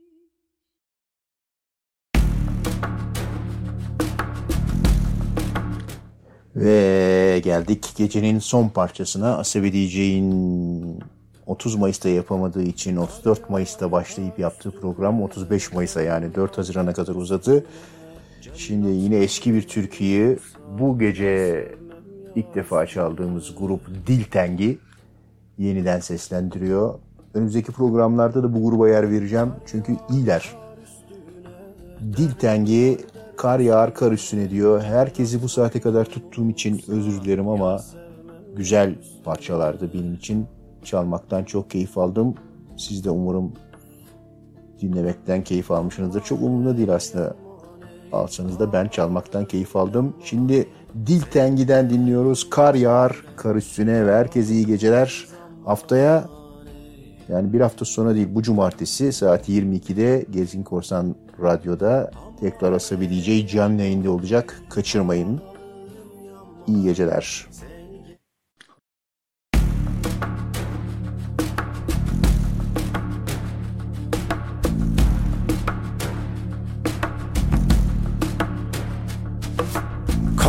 Ve geldik gecenin son parçasına. Asabi DJ'in 30 Mayıs'ta yapamadığı için 34 Mayıs'ta başlayıp yaptığı program 35 Mayıs'a, yani 4 Haziran'a kadar uzadı. Şimdi yine eski bir türküyü, bu gece ilk defa çaldığımız grup Diltengi yeniden seslendiriyor. Önümüzdeki programlarda da bu gruba yer vereceğim çünkü iyiler. Diltengi kar yağar kar üstüne diyor. Herkesi bu saate kadar tuttuğum için özür dilerim ama güzel parçalardı benim için. Çalmaktan çok keyif aldım. Siz de umarım dinlemekten keyif almışsınızdır. Çok umurumda değil aslında. Alsanız da ben çalmaktan keyif aldım. Şimdi Diltengi'den dinliyoruz. Kar yağar kar üstüne ve herkese iyi geceler. Haftaya, yani bir hafta sonra değil, bu cumartesi saat 22'de Gezgin Korsan Radyo'da tekrar Asabi DJ canlı yayında olacak. Kaçırmayın. İyi geceler.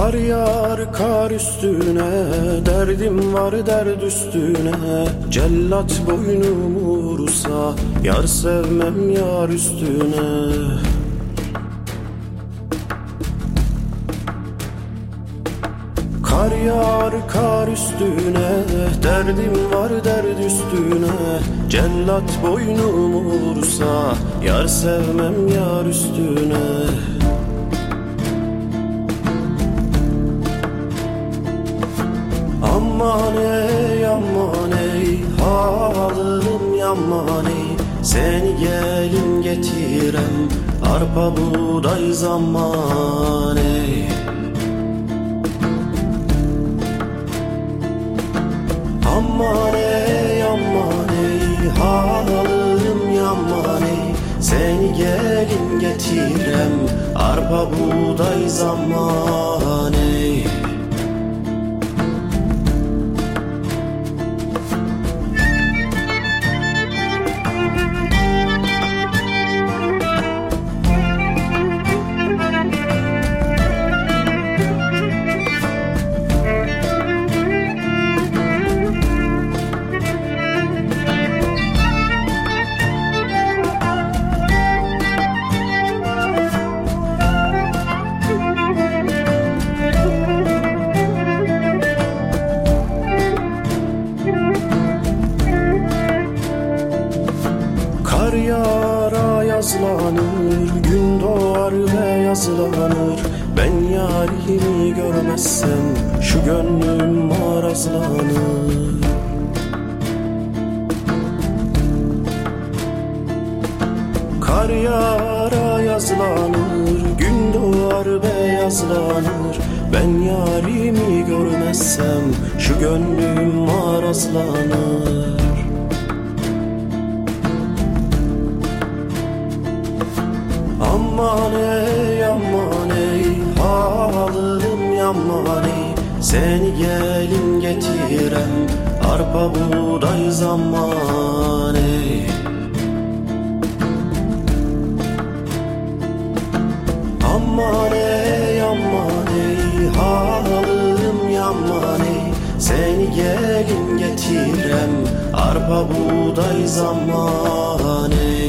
Kar yağar kar üstüne, derdim var derd üstüne. Cellat boynumu vursa, yar sevmem yar üstüne. Kar yağar kar üstüne, derdim var derd üstüne. Cellat boynumu vursa, yar sevmem yar üstüne. Aman ey halım yaman ey. Seni gelin getirem, arpa buğday zaman ey. Aman ey halım yaman ey. Seni gelin getirem, arpa buğday zaman ey. Kar yağar yazlanır, gün doğar ve yazlanır. Ben yarimi görmezsem şu gönlüm marazlanır. Kar yağar yazlanır, gün doğar ve yazlanır. Ben yarimi görmezsem şu gönlüm marazlanır. Aman ey halım yaman ey. Seni gelin getirem, arpa buğday zaman ey. Aman ey halım yaman ey. Seni gelin getirem, arpa buğday zaman ey.